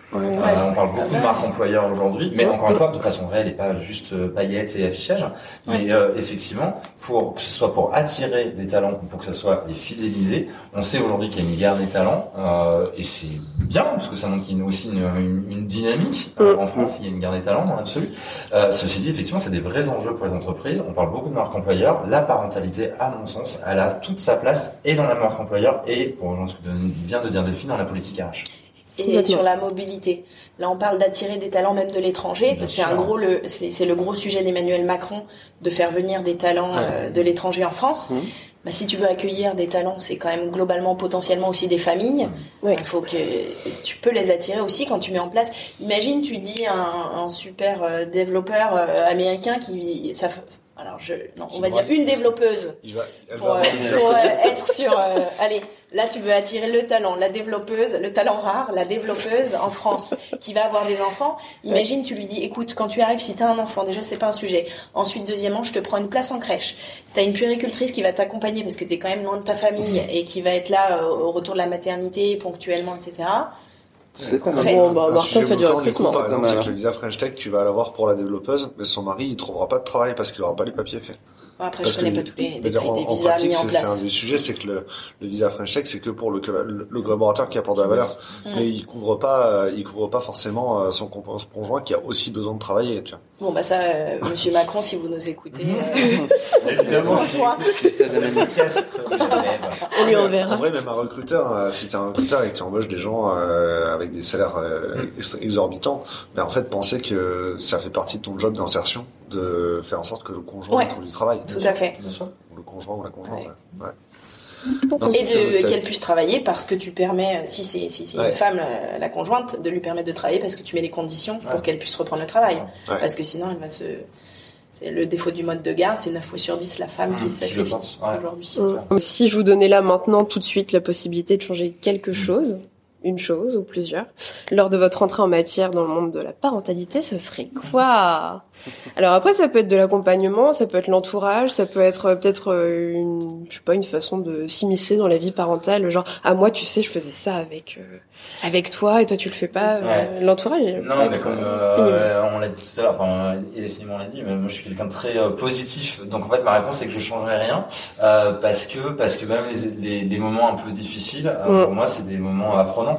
Ouais. Euh, on parle beaucoup de marque employeur aujourd'hui, mais encore une fois, de façon réelle et pas juste paillettes et affichage. Ouais. Mais euh, effectivement, pour que ce soit pour attirer les talents ou pour que ce soit les fidéliser, on sait aujourd'hui qu'il y a une guerre des talents euh, et c'est bien parce que ça montre qu'il y a aussi une, une, une dynamique. Euh, en France, il y a une guerre des talents dans l'absolu. Euh, ceci dit, effectivement, c'est des vrais enjeux pour les entreprises. On parle beaucoup de marque employeur. La parentalité, à mon sens, elle a toute sa place et dans la marque employeur et, pour rejoindre ce que vient de dire Delphine, dans la politique R H. Et sur la mobilité. Là, on parle d'attirer des talents même de l'étranger. Bien c'est sûr. un gros, le, c'est, c'est le gros sujet d'Emmanuel Macron de faire venir des talents ouais. euh, de l'étranger en France. Mmh. Bah, si tu veux accueillir des talents, c'est quand même globalement, potentiellement aussi des familles. Il ouais. faut que tu peux les attirer aussi quand tu mets en place. Imagine, tu dis un, un super euh, développeur euh, américain qui, ça, alors je, non, on va dire une développeuse il va, elle pour, va euh, pour euh, être sur. Euh, allez. Là, tu veux attirer le talent, la développeuse, le talent rare, la développeuse en France, qui va avoir des enfants. Imagine, tu lui dis, écoute, quand tu arrives, si t'as un enfant, déjà, c'est pas un sujet. Ensuite, deuxièmement, je te prends une place en crèche. T'as une puéricultrice qui va t'accompagner parce que t'es quand même loin de ta famille et qui va être là euh, au retour de la maternité, ponctuellement, et cetera. C'est pas mal. Bon, bah, Martin fait du recrutement. Par exemple, c'est que le visa French Tech, tu vas l'avoir pour la développeuse, mais son mari, il trouvera pas de travail parce qu'il aura pas les papiers faits. Bon, après, Parce je connais pas tous les détails en, des visas en pratique, mis en c'est, place. C'est un des sujets, c'est que le, le visa French Tech, c'est que pour le, le, le collaborateur qui apporte de la valeur. Mmh. Mais il couvre pas, il couvre pas forcément son conjoint qui a aussi besoin de travailler, tu vois. Bon, bah, ça, euh, Monsieur Macron, si vous nous écoutez, euh, évidemment, c'est ça de la cast. On lui enverra. En vrai, même un recruteur, euh, si t'es un recruteur et que tu embauches des gens, euh, avec des salaires, euh, exorbitants, ben, en fait, pensez que ça fait partie de ton job d'insertion de faire en sorte que le conjoint ouais, trouve du travail. Tout à fait. Ou le conjoint ou la conjointe. Ouais. Ouais. Non, et de qu'elle puisse travailler parce que tu permets, si c'est si c'est ouais. une femme, la, la conjointe, de lui permettre de travailler parce que tu mets les conditions ouais. pour qu'elle puisse reprendre le travail. Ouais. Parce que sinon, elle va se. C'est le défaut du mode de garde, c'est neuf fois sur dix la femme mmh, qui se sacrifie ouais. aujourd'hui. Mmh. Si je vous donnais là maintenant tout de suite la possibilité de changer quelque chose, une chose ou plusieurs, lors de votre entrée en matière dans le monde de la parentalité, ce serait quoi? Alors après, ça peut être de l'accompagnement, ça peut être l'entourage, ça peut être peut-être une, je sais pas, une façon de s'immiscer dans la vie parentale, genre, ah moi, tu sais, je faisais ça avec euh, avec toi et toi tu le fais pas. Ouais. Euh, l'entourage. Non, mais comme euh, on l'a dit tout à l'heure, enfin, et définitivement on l'a dit, mais moi je suis quelqu'un de très euh, positif, donc en fait ma réponse c'est que je changerai rien, euh, parce que parce que même les les, les moments un peu difficiles, euh, mm. pour moi c'est des moments apprenants.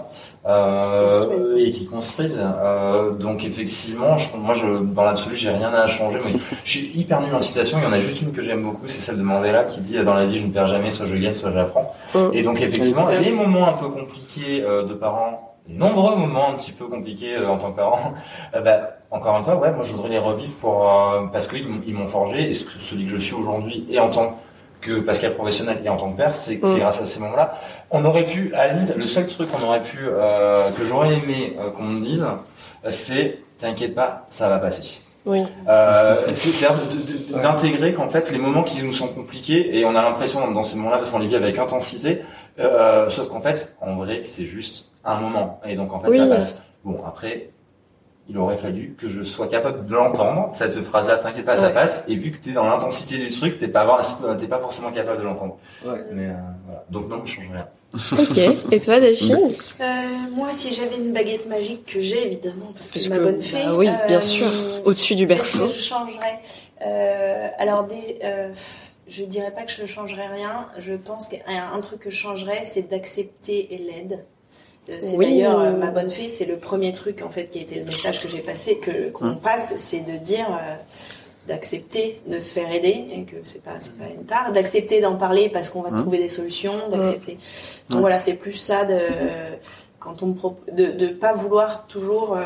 Euh, et qui construisent. Euh, donc effectivement, je, moi, je, dans l'absolu, j'ai rien à changer. Mais je suis hyper nul en citation. Il y en a juste une que j'aime beaucoup, c'est celle de Mandela qui dit dans la vie, je ne perds jamais, soit je gagne, soit j'apprends. Mmh. Et donc effectivement, les moments un peu compliqués euh, de parents, les nombreux moments un petit peu compliqués euh, en tant que parent, euh, bah, encore une fois, ouais, moi, je voudrais les revivre pour euh, parce qu'ils ils m'ont forgé. Et ce que, celui que je suis aujourd'hui, et en tant que Pascal professionnel et en tant que père, c'est, c'est grâce à ces moments-là. On aurait pu, à la limite, le seul truc qu'on aurait pu, euh, que j'aurais aimé euh, qu'on me dise, c'est t'inquiète pas, ça va passer. Oui. Euh, c'est, c'est de, de, d'intégrer qu'en fait les moments qui nous sont compliqués et on a l'impression dans ces moments-là parce qu'on les vit avec intensité, euh, sauf qu'en fait, en vrai, c'est juste un moment et donc en fait oui. ça passe. Bon après. Il aurait fallu que je sois capable de l'entendre, cette phrase-là, t'inquiète pas, ouais. ça passe, et vu que t'es dans l'intensité du truc, t'es pas, t'es pas forcément capable de l'entendre. Ouais. Mais, euh, voilà. Donc non, je change rien. Ok. Et toi, Delphine? euh, Moi, si j'avais une baguette magique que j'ai, évidemment, parce que c'est ma bonne fée. Bah oui, euh, bien sûr. Au-dessus du berceau. Je changerais. Euh, alors, des, euh, je dirais pas que je ne changerais rien. Je pense qu'un truc que je changerais, c'est d'accepter l'aide. C'est oui. D'ailleurs euh, ma bonne fée, c'est le premier truc en fait qui a été le message que j'ai passé, que qu'on mmh. passe, c'est de dire, euh, d'accepter de se faire aider et que c'est pas c'est pas une tare, d'accepter d'en parler parce qu'on va mmh. trouver des solutions, d'accepter. Mmh. Donc voilà, c'est plus ça de quand on me propose de de pas vouloir toujours euh,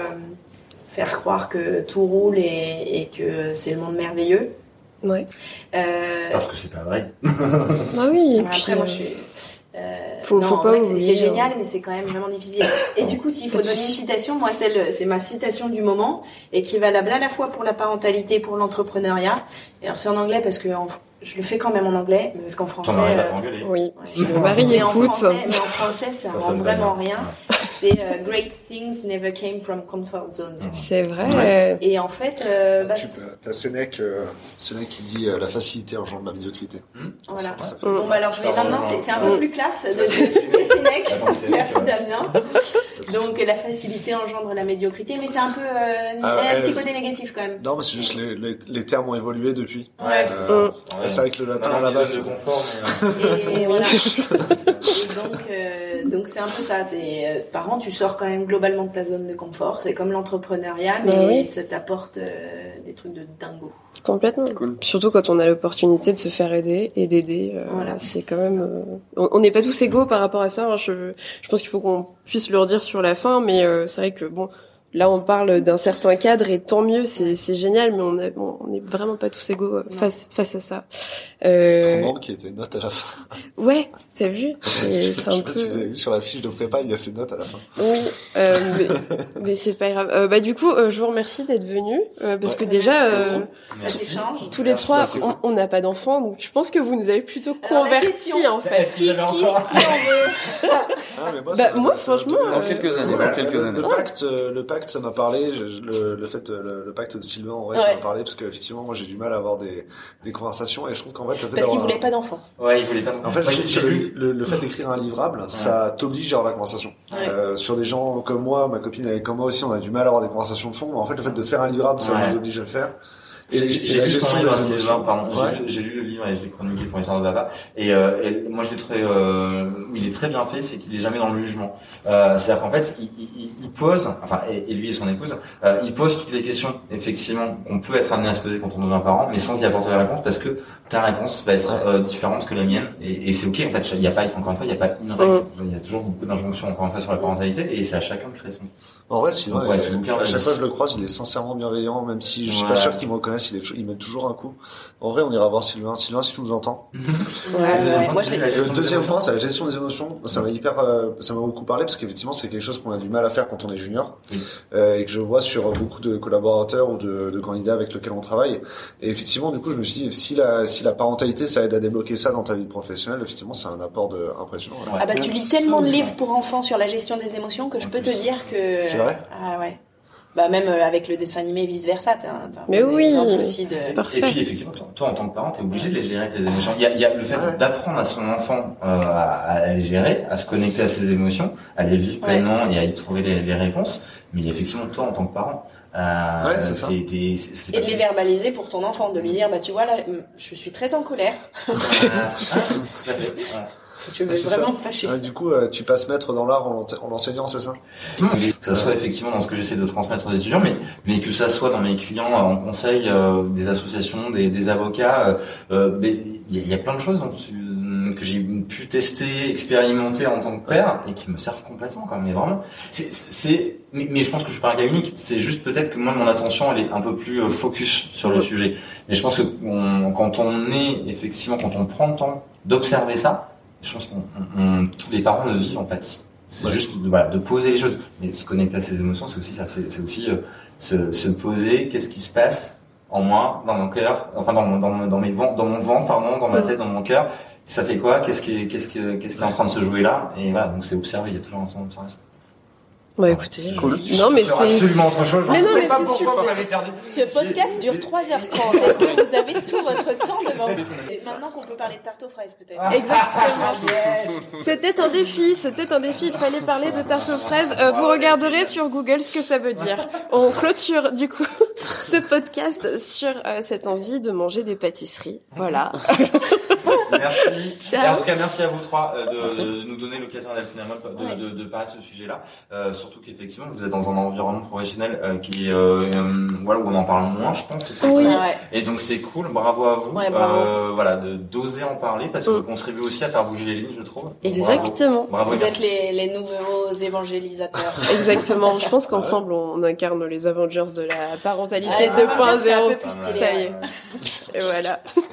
faire croire que tout roule et, et que c'est le monde merveilleux. Ouais. Euh, parce que c'est pas vrai. Ah oui. Et après puis, moi je suis Euh, faut, non, faut pas ouais, oublier, c'est, c'est génial, mais c'est quand même vraiment difficile. Et du coup, s'il faut donner une citation, moi, celle, c'est ma citation du moment, et qui est valable à la fois pour la parentalité et pour l'entrepreneuriat. Et alors, c'est en anglais parce que en, je le fais quand même en anglais, mais parce qu'en français. T'en arrives à euh, t'engueuler. Oui. Ouais. Si le mari mais écoute. En français, mais en français, ça, ça rend vraiment bien. C'est uh, Great things never came from comfort zones. C'est vrai. Ouais. Et en fait, euh, bah, tu as Sénèque, euh, Sénèque qui dit euh, la facilité engendre la médiocrité. Mmh. Voilà. Ça, ça fait... Bon, bah alors je vais maintenant, c'est, c'est un peu plus classe de, de citer Sénèque. Merci Damien. Donc la facilité engendre la médiocrité, mais c'est un peu euh, ah, un elle, petit côté négatif quand même. Non, mais c'est juste les, les, les termes ont évolué depuis. Ouais, c'est ça. Euh, ouais. C'est vrai que le latin à la base, c'est confort. Mais... Et, et voilà. Et donc, euh, donc c'est un peu ça. C'est euh, par an, tu sors quand même globalement de ta zone de confort. C'est comme l'entrepreneuriat, mais oui. ça t'apporte euh, des trucs de dingo. Complètement. Cool. Surtout quand on a l'opportunité de se faire aider et d'aider. Euh, voilà. C'est quand même. Euh, on n'est pas tous égaux par rapport à ça. Hein. Je, je pense qu'il faut qu'on puisse le redire sur la fin, mais euh, c'est vrai que bon. Là, on parle d'un certain cadre et tant mieux, c'est, c'est génial, mais on est, bon, on est vraiment pas tous égaux face, face à ça. Euh... C'est trop marrant qu'il y ait des notes à la fin. Ouais, t'as vu? C'est, c'est un Je sais peu... pas si vous avez vu sur la fiche de prépa, il y a ces notes à la fin. Oui, euh, mais, mais c'est pas grave. Euh, bah, du coup, euh, je vous remercie d'être venus, euh, parce ouais. que déjà, euh, ça s'échange. Tous les trois, on n'a pas d'enfants, donc je pense que vous nous avez plutôt convertis, en fait. Est-ce qu'il y avait encore? Ah, mais moi, bah, moi, franchement, dans euh... quelques années, dans quelques le, années. Le pacte, le pacte, ça m'a parlé. Je, le, le fait, le, le pacte de Sylvain, en vrai, ouais. ça m'a parlé parce qu'effectivement, moi, j'ai du mal à avoir des, des conversations et je trouve qu'en fait, le fait parce qu'il voulait un... pas d'enfants. Ouais, il voulait pas d'enfants. En fait, ouais, j'ai, j'ai le, le, le fait d'écrire un livrable, ouais. ça t'oblige à avoir la conversation. Ouais. Euh, sur des gens comme moi, ma copine et comme moi aussi, on a du mal à avoir des conversations de fond. Mais en fait, le fait de faire un livrable, ça ouais. nous oblige à le faire. Et j'ai, j'ai, lu son livre, c'est genre, pardon, ouais. j'ai, j'ai lu le livre et je l'ai chroniqué pour l'histoire de Baba. Et, euh, et moi, je l'ai trouvé, euh, il est très bien fait, c'est qu'il est jamais dans le jugement. Euh, c'est-à-dire qu'en fait, il, il, il pose, enfin, et, et lui et son épouse, euh, il pose toutes les questions, effectivement, qu'on peut être amené à se poser quand on devient parent, mais sans y apporter la réponse parce que ta réponse va être euh, différente que la mienne. Et, et c'est ok, en fait, il y a pas, encore une fois, il y a pas une règle. Mmh. Il y a toujours beaucoup d'injonctions, encore une fois, sur la parentalité et c'est à chacun de créer son. En vrai, si, ouais, ouais, à chaque fois que je le croise, il est sincèrement bienveillant, même si je suis ouais. pas sûr qu'il me reconnaisse, il, est, il met toujours un coup. En vrai, on ira voir Sylvain. Sylvain, si tu nous entends. ouais, ouais. Moi, je l'ai... Le deuxième point, c'est la gestion des émotions. Ça m'a hyper, euh, ça m'a beaucoup parlé parce qu'effectivement, c'est quelque chose qu'on a du mal à faire quand on est junior. Oui. Euh, et que je vois sur beaucoup de collaborateurs ou de, de candidats avec lesquels on travaille. Et effectivement, du coup, je me suis dit, si la, si la parentalité, ça aide à débloquer ça dans ta vie professionnelle, effectivement, c'est un apport de, impressionnant. Ouais. Ah bah, tu lis tellement de livres pour enfants sur la gestion des émotions que je peux te dire que... C'est vrai? Ah ouais. Bah même avec le dessin animé vice versa, t'as un, t'as un mais oui, aussi de... Parfait. Et puis effectivement, toi, toi en tant que parent, t'es obligé de les gérer tes émotions. Il y a, il y a le fait ouais. d'apprendre à son enfant euh, à, à les gérer, à se connecter à ses émotions, à les vivre pleinement ouais. et à y trouver les, les réponses. Mais il y a effectivement toi en tant que parent. Euh, ouais, c'est ça. T'es, t'es, c'est, c'est et de les verbaliser pour ton enfant, de lui dire bah tu vois là, je suis très en colère. euh, ah, tout à fait. Ouais. Je veux ah, vraiment fâcher. Ah, du coup, euh, tu passes maître dans l'art en, en l'enseignant, c'est ça? Que ça soit effectivement dans ce que j'essaie de transmettre aux étudiants, mais mais que ça soit dans mes clients en conseil, euh, des associations, des, des avocats. Euh, mais il y, y a plein de choses dont tu, que j'ai pu tester, expérimenter en tant que père et qui me servent complètement. Quand même, mais vraiment, c'est, c'est mais, mais je pense que je suis pas un cas unique. C'est juste peut-être que moi, mon attention, elle est un peu plus focus sur le sujet. Et je pense que on, quand on est effectivement, quand on prend le temps d'observer ça. Je pense qu'on on, tous les parents le vivent en fait. C'est ouais. juste de, voilà, de poser les choses. Mais se connecter à ses émotions, c'est aussi ça. C'est, c'est aussi euh, se, se poser. Qu'est-ce qui se passe en moi, dans mon cœur, enfin dans mon, dans mon, dans mes vents, dans mon ventre, pardon, dans ma tête, dans mon cœur. Ça fait quoi? Qu'est-ce qui, qu'est-ce que, qu'est-ce qui est en train de se jouer là? Et voilà, donc c'est observer. Il y a toujours un son d'observation. Bah écoutez, cool. non mais c'est absolument autre chose. Mais non mais pas c'est pourquoi vous m'avez perdu. Ce podcast dure trois heures trente. Est-ce que vous avez tout votre temps devant vous? Maintenant qu'on peut parler de tarte aux fraises peut-être. Ah, exactement. C'était un défi, c'était un défi. Il fallait parler de tarte aux fraises. Euh, vous regarderez sur Google ce que ça veut dire. On clôture du coup ce podcast sur euh, cette envie de manger des pâtisseries. Voilà. Merci. Et en tout cas, merci à vous trois euh, de, de, de nous donner l'occasion finalement de, ouais. de, de, de parler de ce sujet-là. Euh, surtout qu'effectivement, vous êtes dans un environnement professionnel euh, qui est euh, euh, voilà où on en parle moins, je pense. Oui. Ouais. Et donc c'est cool. Bravo à vous. Ouais, bravo. Euh, voilà, de d'oser en parler parce que mm. vous contribuez aussi à faire bouger les lignes, je trouve. Exactement. Bravo. Bravo vous êtes les, les nouveaux évangélisateurs. Exactement. Je pense qu'ensemble, on incarne les Avengers de la parentalité ah, deux point zéro. C'est un peu plus stylé. Ça y est. Et voilà.